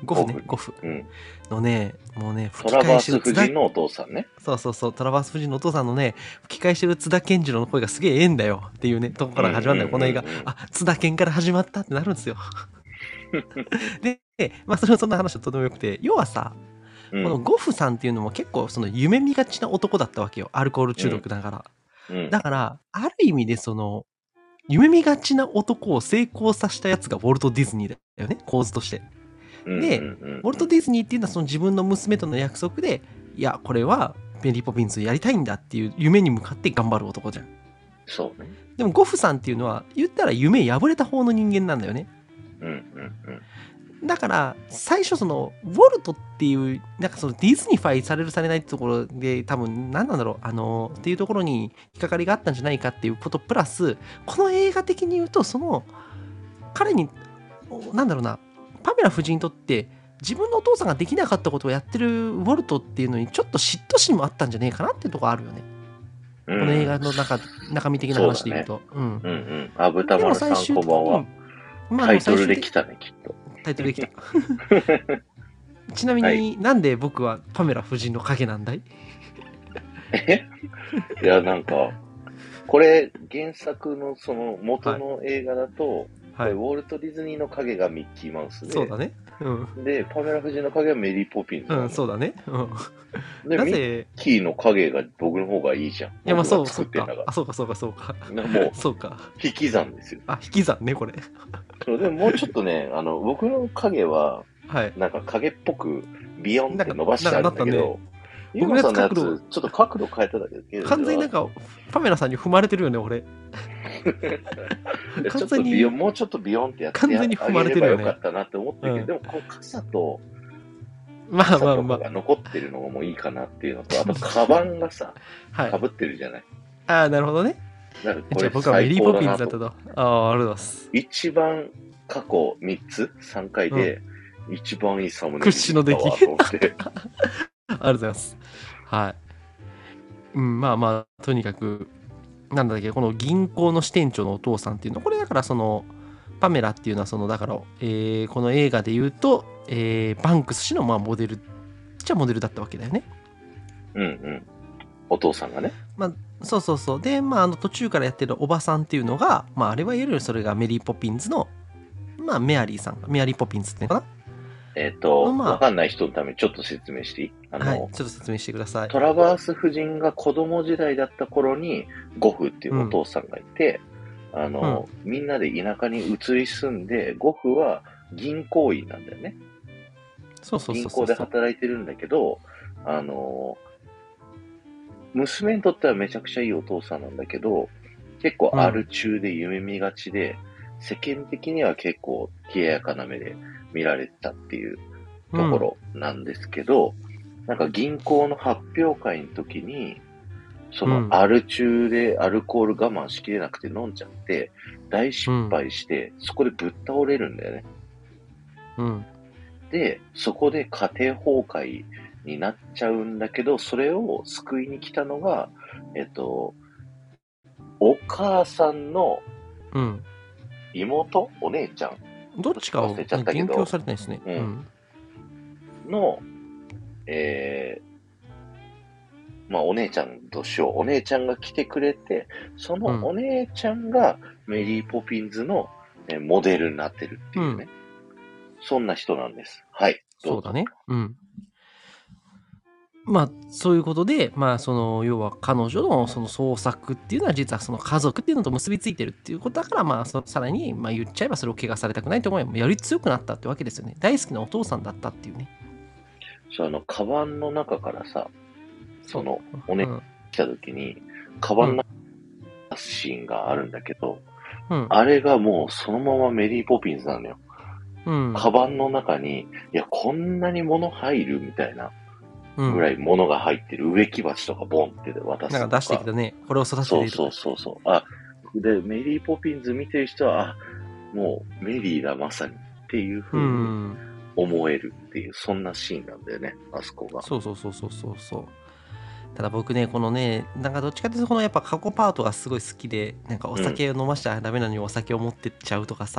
ゴフね、ゴフうん。 のね、もうね、 トラバース夫人のお父さんね。 そうそうそう、トラバース夫人のお父さんのね、吹き返してる津田健次郎の声がすげえええんだよっていうね、とこから始まるんだよ、この映画。あ、津田健から始まったってなるんですよ。で、まあ、それはそんな話はとてもよくて、要はさ、このゴフさんっていうのも結構その夢見がちな男だったわけよ。アルコール中毒だから。うん、だから、ある意味でその、夢見がちな男を成功させたやつがウォルト・ディズニーだよね、構図として。で、ウォルト・ディズニーっていうのはその自分の娘との約束で、いや、これはメリー・ポピンズやりたいんだっていう夢に向かって頑張る男じゃん。 そうね。 でもゴフさんっていうのは言ったら夢破れた方の人間なんだよね。 うんうんうん。 だから最初そのウォルトっていうなんかそのディズニファイされるされないってところで多分何なんだろうあのっていうところに引っかかりがあったんじゃないかっていうことプラスこの映画的に言うとその彼になんだろうなパメラ夫人にとって自分のお父さんができなかったことをやってるウォルトっていうのにちょっと嫉妬心もあったんじゃねえかなっていうところあるよね。うん、この映画の中中身的な話で言うと。うね、うん。うんうん。 あ、豚丸さんこんばんは。まあ、タイトルできたね、きっと。 タイトルできた。ちなみに、はい、なんで僕はパメラ夫人の影なんだい？ えいや、なんか、これ、原作のその元の映画だと、はい、ウォルト・ディズニーの影がミッキーマウスで、 そうだね。 うん、で、パメラ夫人の影はメリー・ポピンズ。 うん、そうだね。うん、 で、ミッキーの影が僕の方がいいじゃん。いや、まあそう、そうか。あ、そうか、そうか、そうか。 もう、 そうか。 引き算ですよ。 あ、引き算ね、これ。 そう、でももうちょっとね、あの、僕の影は、はい、なんか影っぽくビヨンって伸ばしてあるんだけど、僕のやつ角度、ちょっと角度変えただけで。 完全になんか、パメラさんに踏まれてるよね、俺。 ちょっとビヨン、もうちょっとビヨンってやってあげればよかったなって思ってるけど、でもこの傘と、 まあまあまあ。 が残ってるのがもういいかなっていうのと、あと、カバンがさ、はい、被ってるじゃない。 ああ、なるほどね。 なんかこれじゃあ僕はメリーポピンズだったと。ああ、ありがとうございます。 一番過去みっつ、さんかいで、うん、一番いいサムネイル屈指の出来。ありがとうございます。はい。うん、まあまあ、とにかく、なんだっけ、この銀行の支店長のお父さんっていうのは、これだからその、パメラっていうのはそのだから、えー、この映画で言うと、えー、バンクス氏のまあモデルじゃモデルだったわけだよね。 うんうん。お父さんがね。 まあそうそうそう。で、まああの途中からやってるおばさんっていうのが、まああれはいわゆるそれがメリー・ポピンズの、まあメアリーさん、メアリー・ポピンズっていうのかな。 えっ、ー、と、まあ、わかんない人のためにちょっと説明していい？ あの、はい、ちょっと説明してください。 トラバース夫人が子供時代だった頃に、ゴフっていうお父さんがいて、うん、あの、うん、みんなで田舎に移り住んで、ゴフは銀行員なんだよね。 そうそうそうそう。 銀行で働いてるんだけど、あの、娘にとってはめちゃくちゃいいお父さんなんだけど、結構アル中で夢見がちで、うん、世間的には結構冷ややかな目で見られたっていうところなんですけど、うん、なんか銀行の発表会の時に、そのアル中でアルコール我慢しきれなくて飲んじゃって、大失敗して、うん、そこでぶっ倒れるんだよね。 うん。 で、そこで家庭崩壊になっちゃうんだけど、それを救いに来たのが、えっと、お母さんの妹、うん、お姉ちゃん。 どっちかを言及されてないですね。 うん。の、えー、まあお姉ちゃんとしよう。お姉ちゃんが来てくれて、そのお姉ちゃんがメリー・ポピンズのモデルになってるっていうね。うん、そんな人なんです。はい。 そうだね。うん。まあ、そういうことで、まあ、その、要は彼女のその創作っていうのは実はその家族っていうのと結びついてるっていうことだから、まあ、そさらに、まあ、言っちゃえばそれを怪我されたくないと思えば、より強くなったってわけですよね。大好きなお父さんだったっていうね。 そう、あの、カバンの中からさ、その、おね、うん、来た時に、カバンの中のシーンがあるんだけど、うん、あれがもうそのままメリー・ポピンズなのよ。うん、カバンの中に、いや、こんなに物入るみたいな。ぐらい物が入ってる植木鉢とかボンって渡すとか。 なんか出してきたね。これを育ててそうそうそうそう。あ、で、メリーポピンズ見てる人は、あ、もうメリーだまさにっていう風に思えるっていう、そんなシーンなんだよね、あそこが。 そうそうそうそうそうそう。ただ僕ね、このね、なんかどっちかっていうとこのやっぱ過去パートがすごい好きで、なんかお酒を飲ましちゃダメなのにお酒を持ってっちゃうとかさ、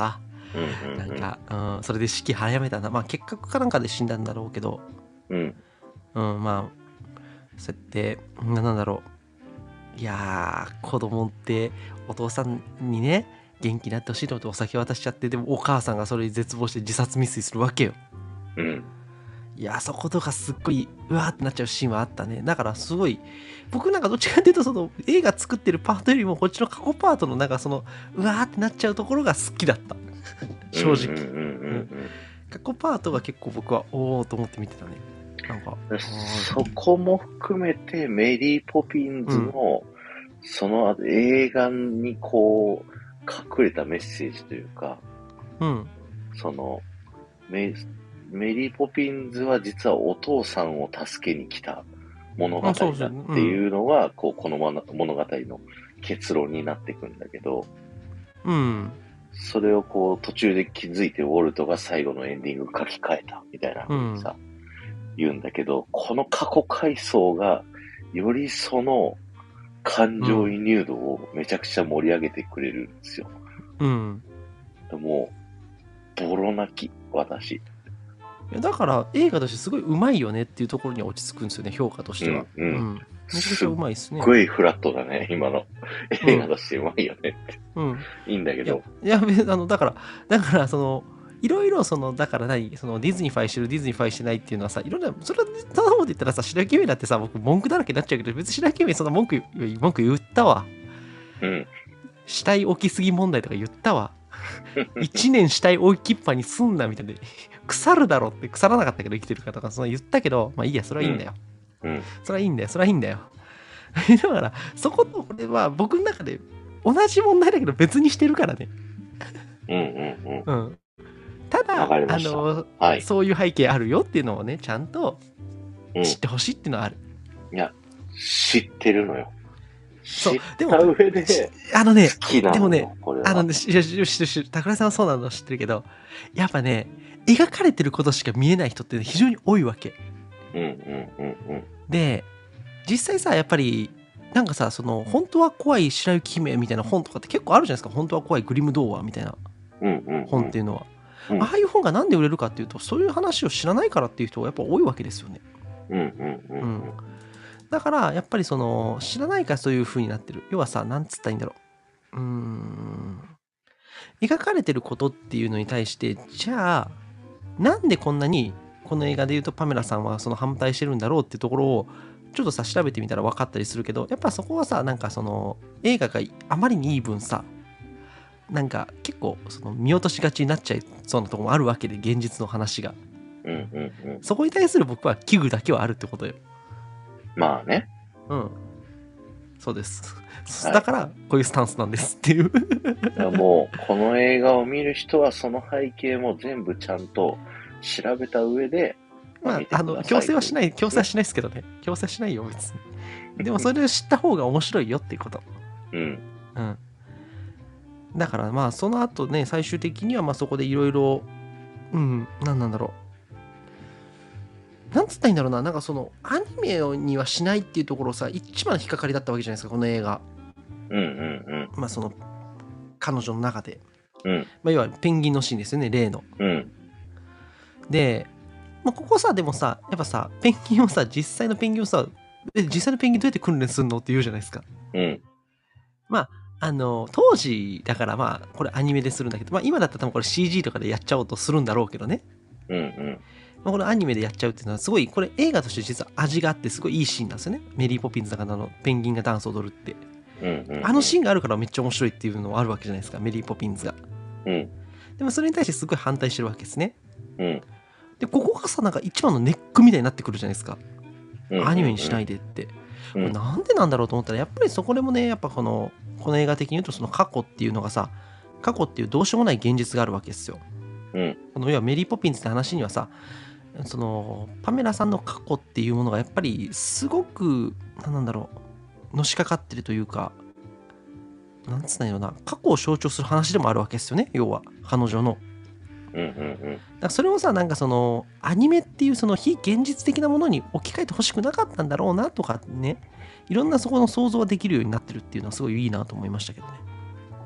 うんうんうん。 なんか、うん、それで式早めたな。まあ結核かなんかで死んだんだろうけど、 うん。 うん、まあ、そうやって、ななんだろう。いやー、子供ってお父さんにね、元気になってほしいと思ってお酒渡しちゃって、でもお母さんがそれに絶望して自殺未遂するわけよ。 うん。 いやー、そことかすっごいうわーってなっちゃうシーンはあったね。だからすごい、僕なんかどっちかっていうとその映画作ってるパートよりもこっちの過去パートのなんかそのうわーってなっちゃうところが好きだった。正直。 うんうんうんうんうん過去パートが結構僕はおおと思って見てたね。なんか、あでーそこも含めてメリー・ポピンズうん、 の、その後映画にこう、隠れたメッセージというか、 うん、 その、メメリー・ポピンズは実はお父さんを助けに来た物語だあ、そうそう、 っていうのが、こう、この物語の結論になっていくんだけど、 うん、うん、 それをこう、途中で気づいてウォルトが最後のエンディング書き換えたみたいな風にさ、言うんだけど、この過去回想が、よりその感情移入度をめちゃくちゃ盛り上げてくれるんですよ。 うん。 もう、ボロ泣き、私。 いやだから映画としてすごいうまいよねっていうところに落ち着くんですよね、評価としては。 うんうんめちゃくちゃうまいですね。 すっごいフラットだね、今の。映画としてうまいよねって。 うん。 いいんだけいや、 ど。 いや、別にあの、だから、だから、その、いろいろ、その、だから何、その、ディズニーファイしてる、ディズニーファイしてないっていうのはさ、いろんな、それは、ただもんで言ったらさ、白雪姫だってさ、僕、文句だらけになっちゃうけど、別に白雪姫そんな文句、文句言ったわ。 うん。 死体置きすぎ問題とか言ったわ。一年死体置きっぱにすんな、みたいな。腐るだろって腐らなかったけど生きてるかとか、その言ったけど、まあいいや、それはいいんだよ。 うん。 それはいいんだよ、それはいいんだよ。だから、そことこれは僕の中で同じ問題だけど別にしてるからね。 うんうんうん。 うん。ただ、 わかりましたあの、 はい。 そういう背景あるよっていうのをね、ちゃんとうん。 知ってほしいっていうのはある。 いや、知ってるのよ。 そう知っでもた上で、 あのね、 好きなのよ、 でもね、 これは。 あのね、ししししし桜井さんはそうなの知ってるけど、やっぱね、描かれてることしか見えない人って非常に多いわけ。 うんうんうんうん。 で、実際さ、やっぱり、なんかさ、その、本当は怖い白雪姫みたいな本とかって結構あるじゃないですか。本当は怖いグリム童話みたいなうんうんうん。 本っていうのは。 うんああいう本がなんで売れるかっていうと、そういう話を知らないからっていう人がやっぱ多いわけですよね。 うんうんうんうん。 だから、やっぱりその、知らないからそういう風になってる。要はさ、なんつったらいいんだろう。うーん。描かれてることっていうのに対して、じゃあ、なんでこんなに、この映画で言うとパメラさんはその反対してるんだろうっていうところを、ちょっとさ、調べてみたら分かったりするけど、やっぱそこはさ、なんかその、映画があまりにいい分さ、なんか結構その見落としがちになっちゃいそうなところもあるわけで、現実の話が。 うんうんうん。 そこに対する僕は危惧だけはあるってことよ。 まあね。 うん。そうです。 はいだから、こういうスタンスなんですっていう。 だからもう、この映画を見る人はその背景も全部ちゃんと調べた上で、 まあ、あの、強制はしない、強制はしないですけどね。強制はしないよ、別に。でも、それを知った方が面白いよっていうこと。 うん。 うん。だから、まあ、その後ね、最終的には、まあ、そこでいろいろ、うん、なんなんだろう。なんつったらいいんだろうな。なんかその、アニメにはしないっていうところさ、一番引っかかりだったわけじゃないですか、この映画。 うんうんまあ、その、彼女の中で。 うん。うん。 まあ、要は、ペンギンのシーンですよね、例の。 うん。 で、まあ、ここさ、でもさ、やっぱさ、ペンギンをさ、実際のペンギンをさ、え、実際のペンギンどうやって訓練するのって言うじゃないですか。 うん。 まあ、あの、当時だからまあ、これアニメでするんだけど、まあ今だったら多分これ シージー とかでやっちゃおうとするんだろうけどね。 うんうん。 まあ、これアニメでやっちゃうっていうのはすごい、これ映画として実は味があってすごいいいシーンなんですよね。メリーポピンズだからあのペンギンがダンスを踊るって。 うんうん。 あのシーンがあるからめっちゃ面白いっていうのはあるわけじゃないですか、メリーポピンズが。 うん。 でもそれに対してすごい反対してるわけですね。 うん。 で、ここがさ、なんか一番のネックみたいになってくるじゃないですか。 うん。 アニメにしないでって。 うんこれなんでなんだろうと思ったら、やっぱりそこでもね、やっぱこの、この映画的に言うとその過去っていうのがさ、過去っていうどうしようもない現実があるわけですよ。 うん。 この要はメリーポピンズって話にはさ、そのパメラさんの過去っていうものがやっぱりすごくなんだろうのしかかってるというか、なんつうんだろうな、過去を象徴する話でもあるわけですよね、要は彼女の。 うんうんうん。 だからそれをさ、なんかそのアニメっていうその非現実的なものに置き換えてほしくなかったんだろうなとかね、いろんなそこの想像ができるようになってるっていうのはすごいいいなと思いましたけどね。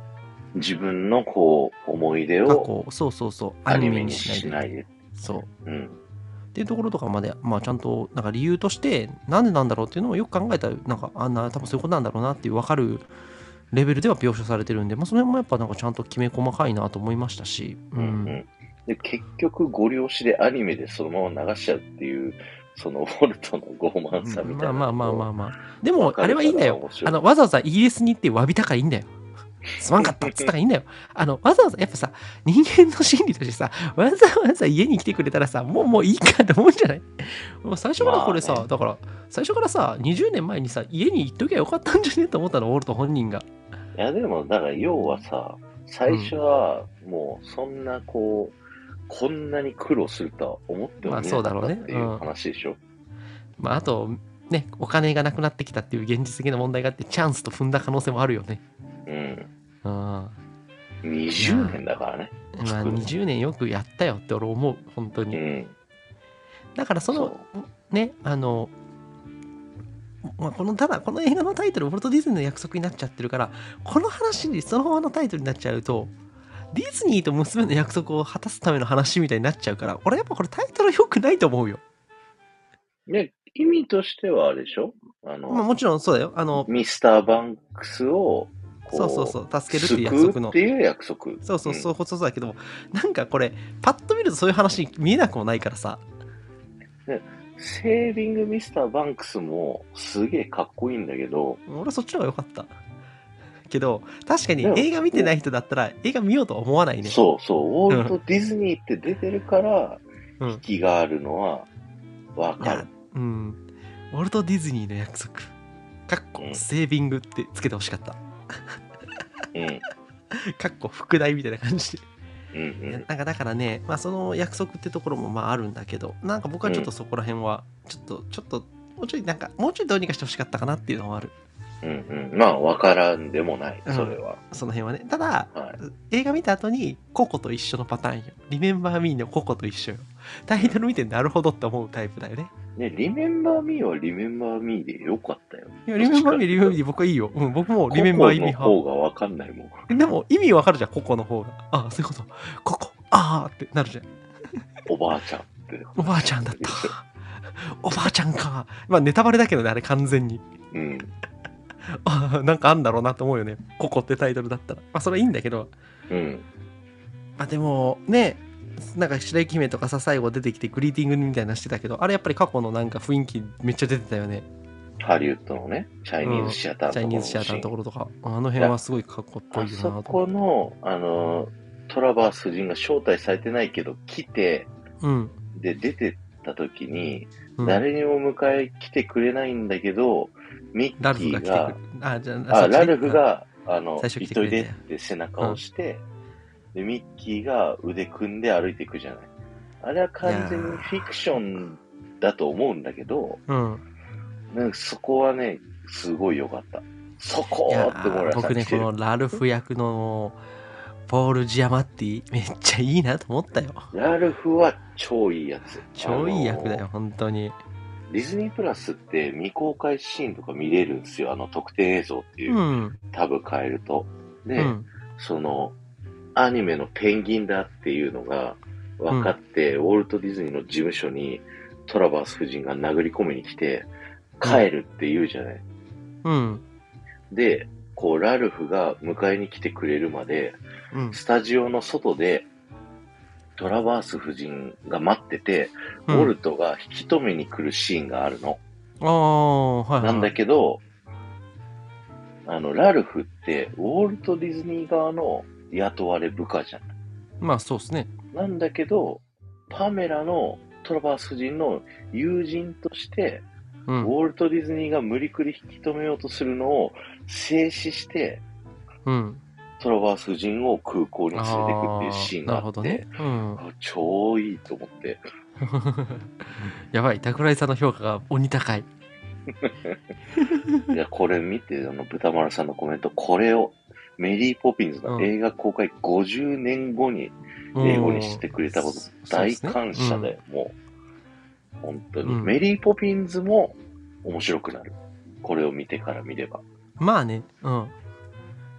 自分のこう、思い出過を去、そうそうそう、 アニメにアニメにしないで。 しないで。 そう。 うん。 っていうところとかまで、まあちゃんと、なんか理由として、なんでなんだろうっていうのをよく考えたら、なんか、あんな、多分そういうことなんだろうなっていう分かるレベルでは描写されてるんで、まあその辺もやっぱなんかちゃんときめ細かいなと思いましたし、うん。 うんうん。で、結局、ご了承でアニメでそのまま流しちゃうっていう、そのウォルトの傲慢さみたいなまあまあまあまのあまあ。でも、 も分かあれるからはいいんだよ。 面白い。 あの、わざわざイギリスに行って詫びたからいいんだよ。すまんかったっつったらいいんだよ。あの、わざわざやっぱさ、人間の心理としてさ、わざわざ家に来てくれたらさ、もうもういいかって思うんじゃない？もう最初からこれさ、 まあね、 だから、最初からさ、にじゅうねんまえにさ、家に行っときゃよかったんじゃねえと思ったの、ウォルト本人が。 いやでも、だから要はさ、最初はもうそんなこう、こんなに苦労するとは思ってもまあみなかっそうだろうね。 たっていううん。 話でしょ。 まああと、ね、お金がなくなってきたっていう現実的な問題があって、チャンスと踏んだ可能性もあるよね。 うん。 うん。 にじゅうねんだからね。 まあにじゅうねんよくやったよって俺思う、本当に。 うん。 だからその、 そね、あの、まあ、このただこの映画のタイトルウォルト・ディズニーの約束になっちゃってるから、この話にそのままのタイトルになっちゃうと、ディズニーと娘の約束を果たすための話みたいになっちゃうから、俺やっぱこれタイトル良くないと思うよ。 う。で、意味としてはあれでしょあの、 まあもちろんそうだよ。あの、 ミスターバンクスを、こそうそうそう、 う、 助けるっていう約救束の。 うっていう約束。 そうそうそう、そうそうだけど、なんかこれ、パッと見るとそういう話に見えなくもないからさ。 でセービングミスターバンクスもすげえかっこいいんだけど、 俺はそっちの方が良かった。けど、確かにでも映画見てない人だったら映画見ようとは思わないね。 そうそう、ウォルト・ディズニーって出てるから、 うん。 引きがあるのはわいやかる。、 うん。ウォルト・ディズニーの約束。かっこ、 うんセービングってつけてほしかった。 うん。 かっこ、副題みたいな感じで。 うんうん。 なんかだからね、まあその約束ってところもまああるんだけど、なんか僕はちょっとそこら辺は、ちょっと、ちょっと、もうちょいなんか、もうちょいどうにかしてほしかったかなっていうのもある。 うんうん。まあ、わからんでもない、 うんそれは。 その辺はね。ただ、 は映画見た後に、ココと一緒のパターンよ。リメンバーミーのココと一緒よ。タイトル見てなるほどって思うタイプだよね。 い。ね、リメンバーミーはリメンバーミーでよかったよ。 いや、リメンバーミー、リメンバーミー僕はいいよ。うん、僕もリメンバー意味ココの派。 方がわかんないもん。 でも意味わかるじゃん、ココの方が。ああ、そういうこと。ココ、ああってなるじゃん。 おばあちゃんって。 おばあちゃんだった。おばあちゃんか。まあネタバレだけどね、あれ完全に。 うん。 ああ、なんかあんだろうなと思うよね。ココってタイトルだったら。まあそれはいいんだけど。 うん。 まあでも、ね、なんか白雪姫とかさ、最後出てきてグリーティングみたいなのしてたけど、あれやっぱり過去のなんか雰囲気めっちゃ出てたよね。 ハリウッドのね、チャイニーズシアターのチャイニーズシアターのところとか、あの辺はすごいかっこっぽいなあそと。 この、あの、トラバース夫人が招待されてないけど来て、 うん。 で、出てった時に、 うん、 誰にも迎え来てくれないんだけど、ミッキーが、 ラルフが来てくる。あ、じゃあ、 あ、ラルフが、あの、 最初来行っといでてくれてって背中を押して、うん、で、ミッキーが腕組んで歩いていくじゃない。あれは完全にフィクションだと思うんだけど、 うん。 なんかそこはね、すごい良かった。そこーって思いました。 僕ね、このラルフ役のポール・ジアマッティ、めっちゃいいなと思ったよ。 ラルフは超いいやつ。 超いい役だよ、本当に。 ディズニープラスって未公開シーンとか見れるんですよ。あの特典映像っていう、うん、タブ変えると。で、うん、その、アニメのペンギンだっていうのが分かって、うん、ウォルト・ディズニーの事務所にトラバース夫人が殴り込みに来て、帰るって言うじゃない。 うん。 で、こう、ラルフが迎えに来てくれるまで、うん、スタジオの外で、トラバース夫人が待ってて、うん、ウォルトが引き止めに来るシーンがあるの。 ああ、はい、はい。 なんだけど、あの、ラルフって、ウォルト・ディズニー側の雇われ部下じゃない。 まあ、そうですね。 なんだけど、パメラのトラバース夫人の友人として、うん、ウォルト・ディズニーが無理くり引き止めようとするのを静止して、 うん、 トラバース夫人を空港に連れてくっていうシーンがあって、 ねうん、 超いいと思って。 やばい、桜井さんの評価が鬼高い。 いや、これ見て、あの、豚丸さんのコメント、これを、メリー・ポピンズの映画公開ごじゅうねんごに英語にしてくれたこと、大感謝だよ、ねうん、もう。本当に、うん。メリー・ポピンズも面白くなる。これを見てから見れば。 まあね、うん。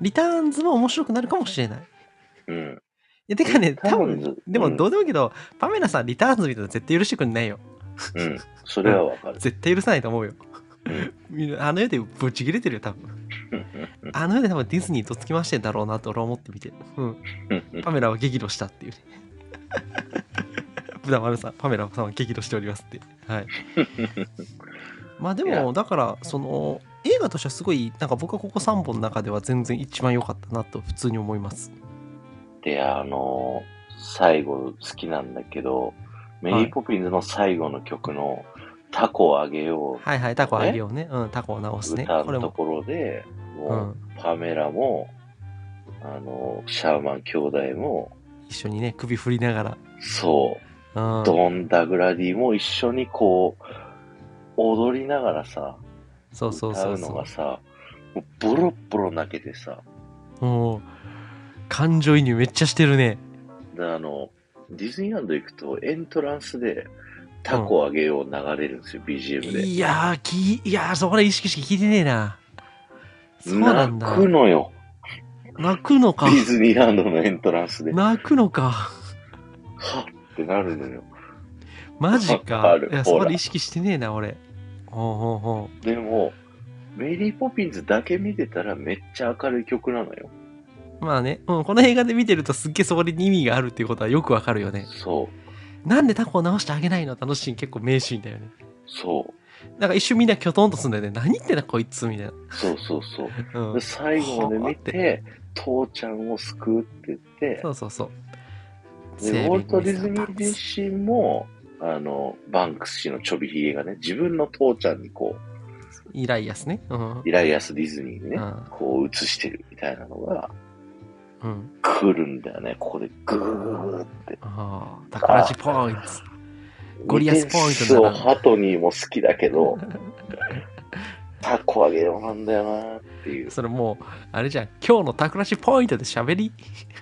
リターンズも面白くなるかもしれない。 うん。 いや、てかね、多分、でもどうでもいいけど、うん、パメラさんリターンズ見たら絶対許してくんないよ。 うん、それはわかる、 うん。絶対許さないと思うよ。うん、あの世でぶち切れてるよ、多分。あの世で多分ディズニーとつきましてんだろうなと俺は思ってみて。うん。パメラは激怒したっていうね。ブダマルさん、パメラさんは激怒しておりますって。はい。まあでも、だから、その、映画としてはすごい、なんか僕はここさんぼんの中では全然一番良かったなと普通に思います。 で、あのー、最後好きなんだけど、メリーポピンズの最後の曲のタコをあげよう、ね。 はいはい、タコをあげようね。うん、タコを直すね。 歌のところで、もう、うん、パメラも、あの、シャーマン兄弟も、 一緒にね、首振りながら。 そう。うん、ドン・ダグラディも一緒にこう、踊りながらさ、 そうそうそうそう歌うのがさ、もうボロッボロ泣けてさ。 もう、感情移入めっちゃしてるね。 で、あの、ディズニーランド行くとエントランスでタコあげよう流れるんですよ、うん、ビージーエム で。 いやー、きいやーそこで意識して聞いてねえな。 そうなんだ。泣くのよ。 泣くのか。 ディズニーランドのエントランスで。 泣くのか。 はっってなるのよ。 マジか。いや、そこで意識してねえな、俺。ほうほうほう。でも、メリーポピンズだけ見てたらめっちゃ明るい曲なのよ。 まあね、うん、この映画で見てるとすっげえそこに意味があるっていうことはよくわかるよね。 そう。 なんでタコを直してあげないの楽しい結構名シーンだよね。 そう。 なんか一瞬みんなキョトンとすんだよね。何言ってんだこいつみたいな。 そうそうそう。うん、で最後まで見て、父ちゃんを救うって言って。 そうそうそう。 で、ウォルト・ディズニー自身も、あの、バンクス氏のちょびひげがね、自分の父ちゃんにこう、 イライアスね。 うん、イライアス・ディズニーにね、うん、こう映してるみたいなのが、うん、来るんだよね。ここでグーって。 ああ、タコラジポイント。ゴリアスポイントだな。ハトニーも好きだけど、タコあげようなんだよなっていう。 それもう、あれじゃん、今日のタコラジポイントで喋り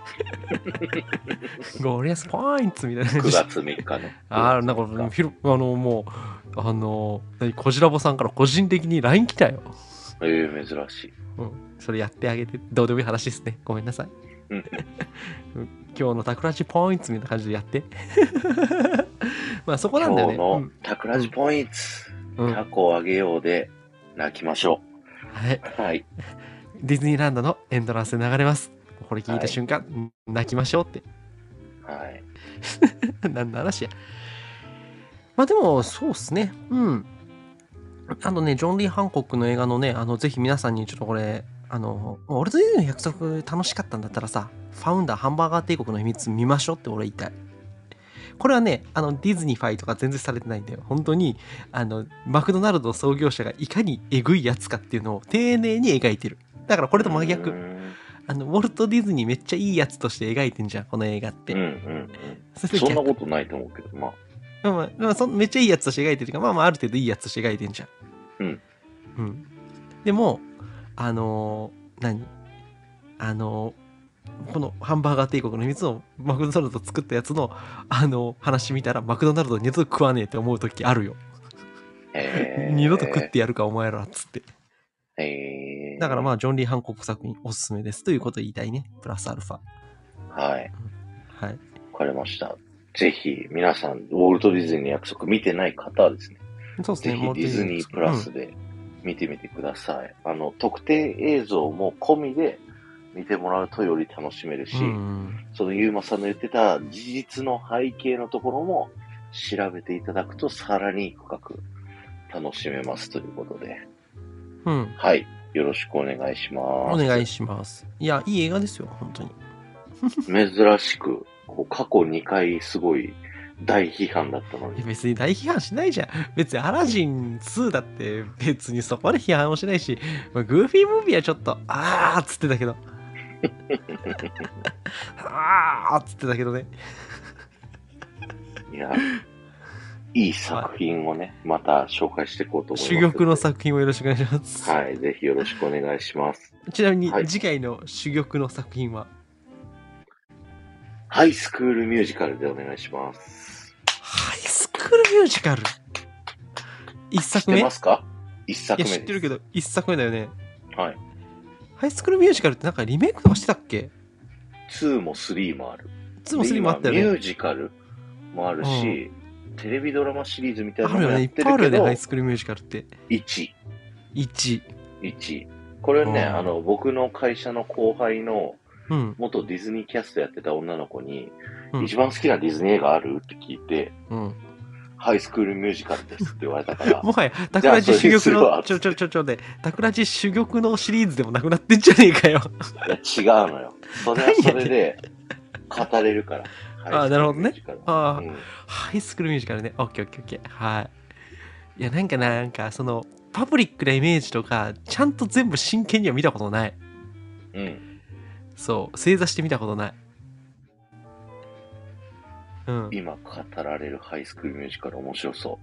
ゴリアスポイントみたいな。 くがつみっかね。 ああ、なんか、ひろ、あの、もう、あの、コジラボさんから個人的に ライン 来たよ。 ええー、珍しい。 うん。それやってあげて、どうでもいい話ですね。ごめんなさい。うん、今日のタクラジポイントみたいな感じでやって。まあそこなんだよね。 今日のタクラジポイント。うん、タコをあげようで泣きましょう。はい。 はい。 ディズニーランドのエントランスで流れます。これ聞いた瞬間、はい、泣きましょうって。 はい。 何の話や。まあでも、そうっすね。うん。あのね、ジョン・リー・ハンコックの映画のね、あの、ぜひ皆さんにちょっとこれ、あの、俺とディズニーの約束楽しかったんだったらさ、ファウンダーハンバーガー帝国の秘密見ましょうって俺言いたい。これはね、あの、ディズニーファイとか全然されてないんだよ。本当に、あの、マクドナルド創業者がいかにエグいやつかっていうのを丁寧に描いてる。だからこれと真逆。あの、ウォルト・ディズニーめっちゃいいやつとして描いてんじゃん、この映画って。 うんうんうん。そんなことないと思うけど、まあ。 まあ、まあ、そめっちゃいいやつとして描いてるか、まあまあある程度いいやつとして描いてんじゃん。 うん。 うん。でも、あのー、何あのー、このハンバーガー帝国の秘密をマクドナルド作ったやつの、あのー、話見たらマクドナルド二度と食わねえって思う時あるよ。 えー、 二度と食ってやるかお前らっつって。 えー、 だからまあジョン・リー・ハンコック作品おすすめですということを言いたいね。プラスアルファ。 はい。 うん、はい。 わかりました。ぜひ皆さん、ウォルト・ディズニーの約束見てない方はですね。 そうですね。 ぜひディズニープラスで見てみてください。うん、あの、特定映像も込みで見てもらうとより楽しめるし、うん、そのゆうまさんの言ってた事実の背景のところも調べていただくとさらに深く楽しめますということで。 うん。 はい。よろしくお願いします。 お願いします。いや、いい映画ですよ、本当に。 珍しく、こう過去にかいすごい大批判だったのに。 別に大批判しないじゃん。別にアラジンツーだって別にそこまで批判もしないし、まあ、グーフィームービーはちょっと、あーっつってたけど。あーっつってたけどね。 いや、いい作品をね、また紹介していこうと思います。 珠玉の作品をよろしくお願いします。 はい、ぜひよろしくお願いします。 ちなみに、はい、次回の珠玉の作品はハイスクールミュージカルでお願いします。 ハイスクールミュージカル一作目？ 知ってますか？一作目です。 いや、知ってるけど、一作目だよね。 はい。 ハイスクールミュージカルってなんかリメイクとかしてたっけ？ にもさんもある。 にもさんもあったよね。 ミュージカルもあるし、うん、テレビドラマシリーズみたいなのもやってるけど。 あるよね、いっぱいあるよね、ハイスクールミュージカルって。 いち。 いち。 いち。これね、あの、僕の会社の後輩の、元ディズニーキャストやってた女の子に、うん、一番好きなディズニー映画あるって聞いて、うん、ハイスクールミュージカルですって言われたから。 もはや、タクラジ珠玉の、ちょちょちょちょで、タクラジ珠玉のシリーズでもなくなってんじゃねえかよ。 いや、違うのよ。それはそれで、語れるから。 ああ、なるほどね。ああ、うん、ハイスクールミュージカルね。オッケーオッケーオッケー。はい。いや、なんかなんか、その、パブリックなイメージとか、ちゃんと全部真剣には見たことない。 うん。 そう、正座して見たことない。うん、 今語られるハイスクールミュージカル面白そう。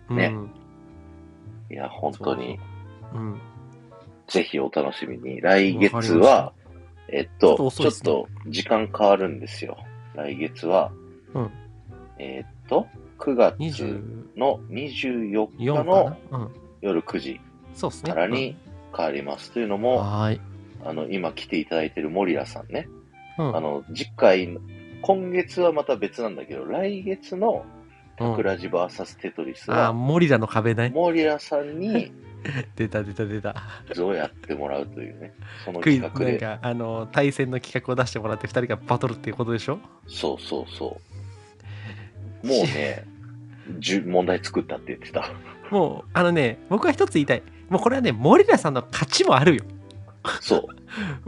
ね。うん、いや、本当に。 うん。 ぜひお楽しみに。来月は、えっと、ちょっと、ね、ちょっと時間変わるんですよ。来月は、 うん、 えっと、くがつのにじゅうよっかの夜くじからに変わります。というのも、 はい。 あの、今来ていただいている森田さんね。うん、あの、次回、今月はまた別なんだけど、来月のタクラジ ブイエス テトリスは、うん、 あ、森田の壁ね。 森田さんに、 出た出た出た。 どうやってもらうというね。その企画で。 なんか、あの、対戦の企画を出してもらってふたりがバトルっていうことでしょ？ そうそうそう。もうね、じゅ問題作ったって言ってた。 もう、あのね、僕は一つ言いたい。もうこれはね、森田さんの勝ちもあるよ。 そう。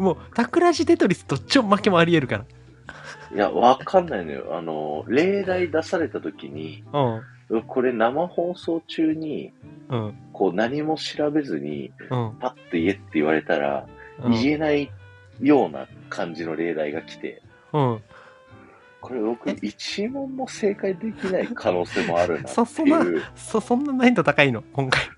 もう、タクラジテトリスどっちも負けもあり得るから。 いや、わかんないのよ。あの、例題出された時に、うん、これ生放送中に、うん、こう何も調べずに、うん、パッと言えって言われたら、うん、言えないような感じの例題が来て、うん、これ僕一問も正解できない可能性もあるなっていう。 そ、そんな、そ、そんな難易度高いの今回。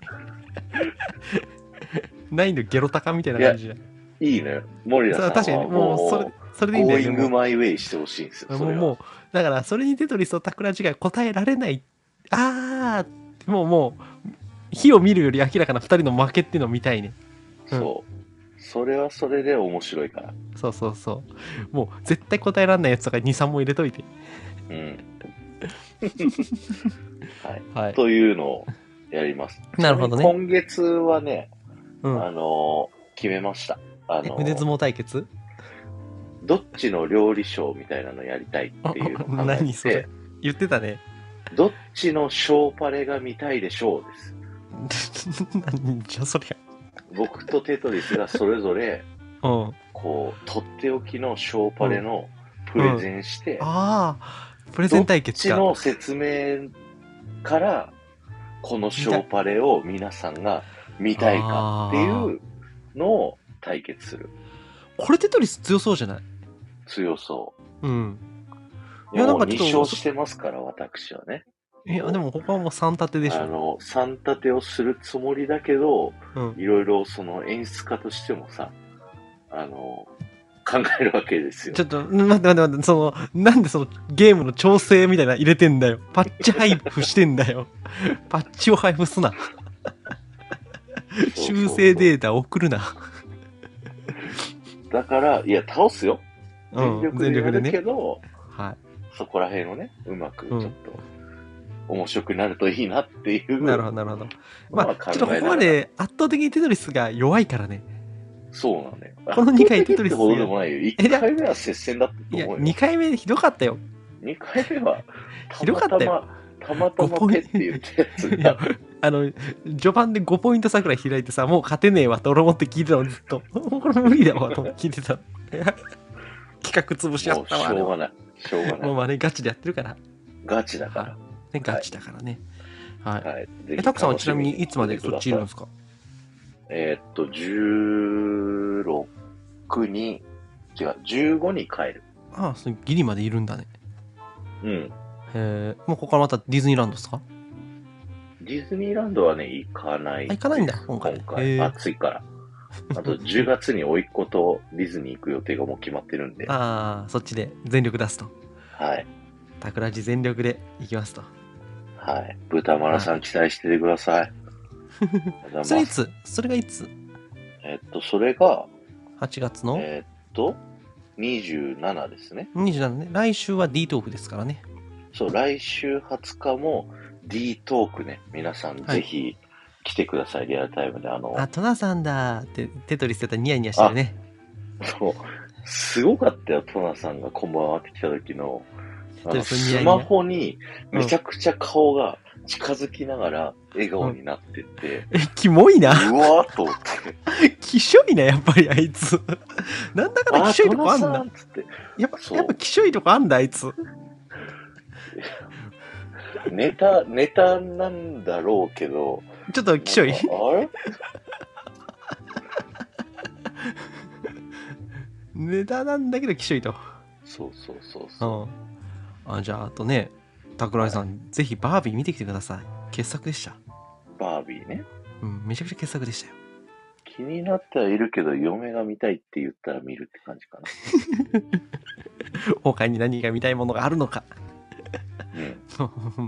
難易度ゲロ高みたいな感じじゃん。 いいね。森田さんは確かに、もう、それ、それでいいんだよね。 ゴーイングマイウェイしてほしいんですよ。それはもう、だから、それにテトリスとタクラジが答えられない。あー、もう、もう、火を見るより明らかなふたりの負けっていうのを見たいね。 うん、そう。それはそれで面白いから。 そうそうそう。もう、絶対答えられないやつとかに、さん問入れといて。 うん。はい。はい。というのをやります。 なるほどね。 今月はね、うん、あのー、決めました。あのー、 腕相撲対決？ どっちの料理ショーみたいなのやりたいっていうのを考えて。 何それ？言ってたね。 どっちのショーパレが見たいでしょうです。 何じゃそりゃ。 僕とテトリスがそれぞれ、うん、こう、とっておきのショーパレのプレゼンして、 うんうん、ああ、プレゼン対決か。どっちの説明から、このショーパレを皆さんが見たいかっていうのを対決する。 これテトリス強そうじゃない？ 強そう。 うん。 いや、なんかに勝してますから、私はね。 いや、でも他はもうさん立てでしょ。 あの、さん立てをするつもりだけど、いろいろその演出家としてもさ、あの、考えるわけですよ。 ちょっと、待って待って待って、その、なんでそのゲームの調整みたいな入れてんだよ。パッチ配布してんだよ。パッチを配布すな。修正データ送るな。 だから、いや、倒すよ。全力でやるけど、 うんね、はい。 そこら辺をね、うまくちょっと、面白くなるといいなっていう。 うん、なるほど、なるほど。まあ、ちょっとここまで圧倒的にテトリスが弱いからね。 そうなんだよ。 このにかいテトリス。 ほどでもないよ。いっかいめは接戦だったと思うよ。いや、 にかいめひどかったよ。 にかいめは、 ひどかったよ。 たまたまペって言ったやつが。いや、 あの、序盤でごポイント差くらい開いてさ、もう勝てねえわと俺思って聞いてたのずっと。これ無理だわと聞いてた。企画潰しちゃったわ。 しょうがない。しょうがない。 もうまあね、ガチでやってるから。 ガチだから。 ね、ガチだからね。はい。はい、え、タクさんはちなみにいつまでそっちいるんですか？ えー、っと、じゅうろくに、違う、じゅうごに帰る。 ああ、それギリまでいるんだね。 うん。 へえ、もうここからまたディズニーランドですか？ ディズニーランドはね、行かない。 行かないんだ、今回。 今回。暑いから。あと、じゅうがつに甥っ子とディズニー行く予定がもう決まってるんで。 ああ、そっちで全力出すと。 はい。 タクラジ全力で行きますと。 はい。豚丸さん期待しててください。 それいつそれがいつえっと、それが、 はちがつのえーっと、にじゅうしちですね。 にじゅうしちね。来週は D トークですからね。 そう、来週はつかも D トークね。皆さんぜひ来てください、はい、リアルタイムで。あの、 あ、トナさんだってテトリスやったらニヤニヤしてるね。 そう。すごかったよ、トナさんがこんばんはって来た時の、あのスマホにめちゃくちゃ顔が近づきながら笑顔になってって。 うん、え、キモいな。 うわーと思って。 きしょいな、やっぱりあいつ。なんだかんだきしょいとこあんだ。やっぱ、やっぱきしょいとこあんだ、あいつ。 ネタ、ネタなんだろうけど。 ちょっときしょい。 あれネタなんだけどきしょいと。 そうそうそうそう。 うん、あ、じゃあ、あとね、桜井さん、はい、ぜひバービー見てきてください。傑作でした。 バービーね。 うん、めちゃくちゃ傑作でしたよ。 気になってはいるけど、嫁が見たいって言ったら見るって感じかな。 他に何が見たいものがあるのか。 うん。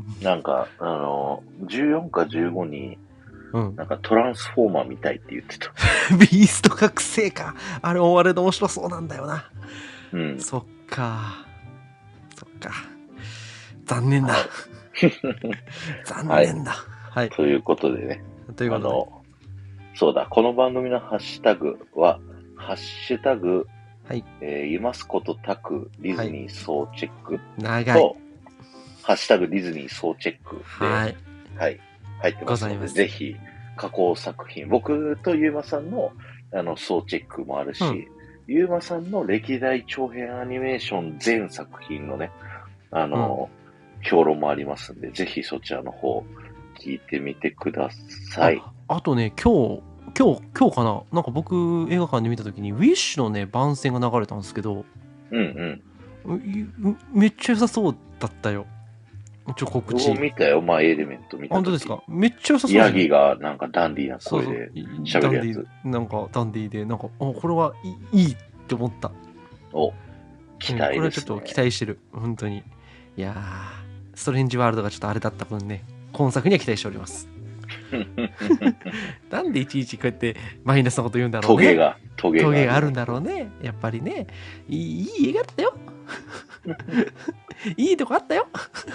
なんか、あの、じゅうよんかじゅうごに、うん、なんかトランスフォーマー見たいって言ってた。 ビースト覚醒か。あれ終われで面白そうなんだよな。 うん。 そっか。そっか。残念だ。はい、残念だ、はい。はい。 ということでね。 ということで。あの、 そうだ、この番組のハッシュタグは、ハッシュタグ、 はい。 えー、ゆますことたくディズニー総チェックと、 はい、長い。 ハッシュタグディズニー総チェックで、 はい。 はい。入ってますので、ぜひ、加工作品、僕とゆうまさんの、あの、総チェックもあるし、うん、ゆうまさんの歴代長編アニメーション全作品のね、あの、うん、評論もありますんで、ぜひそちらの方、聞いてみてください。 あ, あとね、今日、今日、今日かな、なんか僕、映画館で見たときに、ウィッシュのね、番宣が流れたんですけど、 うんうん。めっちゃ良さそうだったよ。ちょ、告知。 見たよ、まあ、エレメント見た。 本当ですか？めっちゃ良さそう。 ヤギがなんかダンディーな声で喋るやつ。 なんかダンディーで、なんか、あ、これはいいって思った。 お、期待ですね、うん。これはちょっと期待してる。本当に。いやー、ストレンジワールドがちょっとあれだった分ね、今作には期待しております。なんでいちいちこうやってマイナスなこと言うんだろうね。 トゲが、トゲが。 トゲがあるんだろうね。やっぱりね。いい、いい映画だったよ。いいとこあったよ。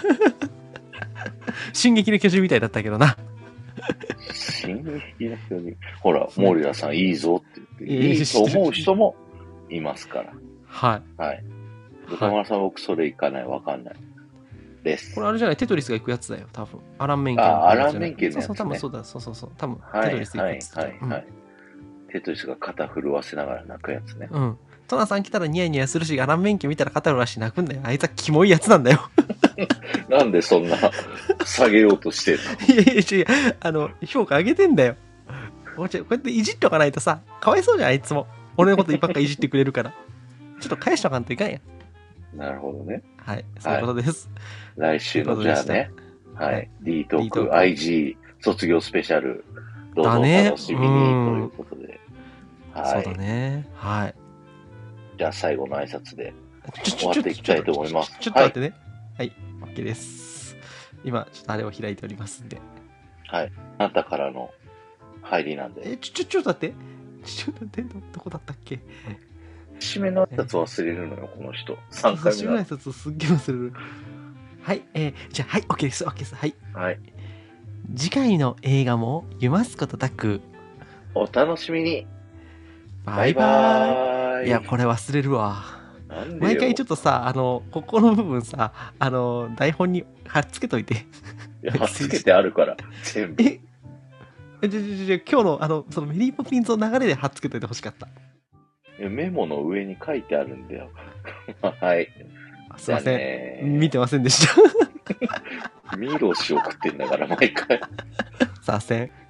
進撃の巨人みたいだったけどな。 進撃の巨人。ほら、モリラさんいいぞって言って、いいと思う人もいますから。 はい。 はい。歌丸さん、僕それ行かない、わかんない。です。 これあれじゃない、テトリスが行くやつだよ、多分。アランメンケン。 あ、アランメンケンのやつ、ね。 そうそう、多分そうだ、そうそうそう。多分、 はい、 テトリス行くやつ。 はい、はい、はい。テトリスが肩震わせながら泣くやつね。 うん。トナさん来たらニヤニヤするし、アランメンケン見たら肩震わして泣くんだよ。あいつはキモいやつなんだよ。 なんでそんな下げようとしてんの？ いやいや違う、あの、評価上げてんだよ。こうやっていじっとかないとさ、かわいそうじゃん、あいつも。俺のことばっかいじってくれるから。ちょっと返しとかんといかんや。 なるほどね。 はい、そういうことです。 はい、来週のじゃあね、はい、D トーク アイジー 卒業スペシャル、どうぞお楽しみにということで。 はい。そうだね。はい。 じゃあ最後の挨拶で終わっていきたいと思います。 ちょっと待ってね。はい、OK です。今、ちょっとあれを開いておりますんで。 はい。あなたからの入りなんで。 え、ちょ、ちょ、ちょっと待って。ちょっと待って、どこだったっけ？ 締めの挨拶忘れるのよ、この人。さんかいめ。 締めの挨拶すっげえ忘れる。はい、えー、じゃあ、はい、OK です、OK です。はい。 はい。 次回の映画も、ゆますことたく。 お楽しみに。 バイバーイ。いや、これ忘れるわ。毎回ちょっとさ、あの、ここの部分さ、あの、台本に貼っつけといて。 いや、貼っつけてあるから、全部。 え、じゃじゃじゃ今日の、あの、そのメリーポピンズの流れで貼っつけといてほしかった。 メモの上に書いてあるんだよ。はい。 すいません。見てませんでした。 ミロシ送ってんだから、毎回。 すいません。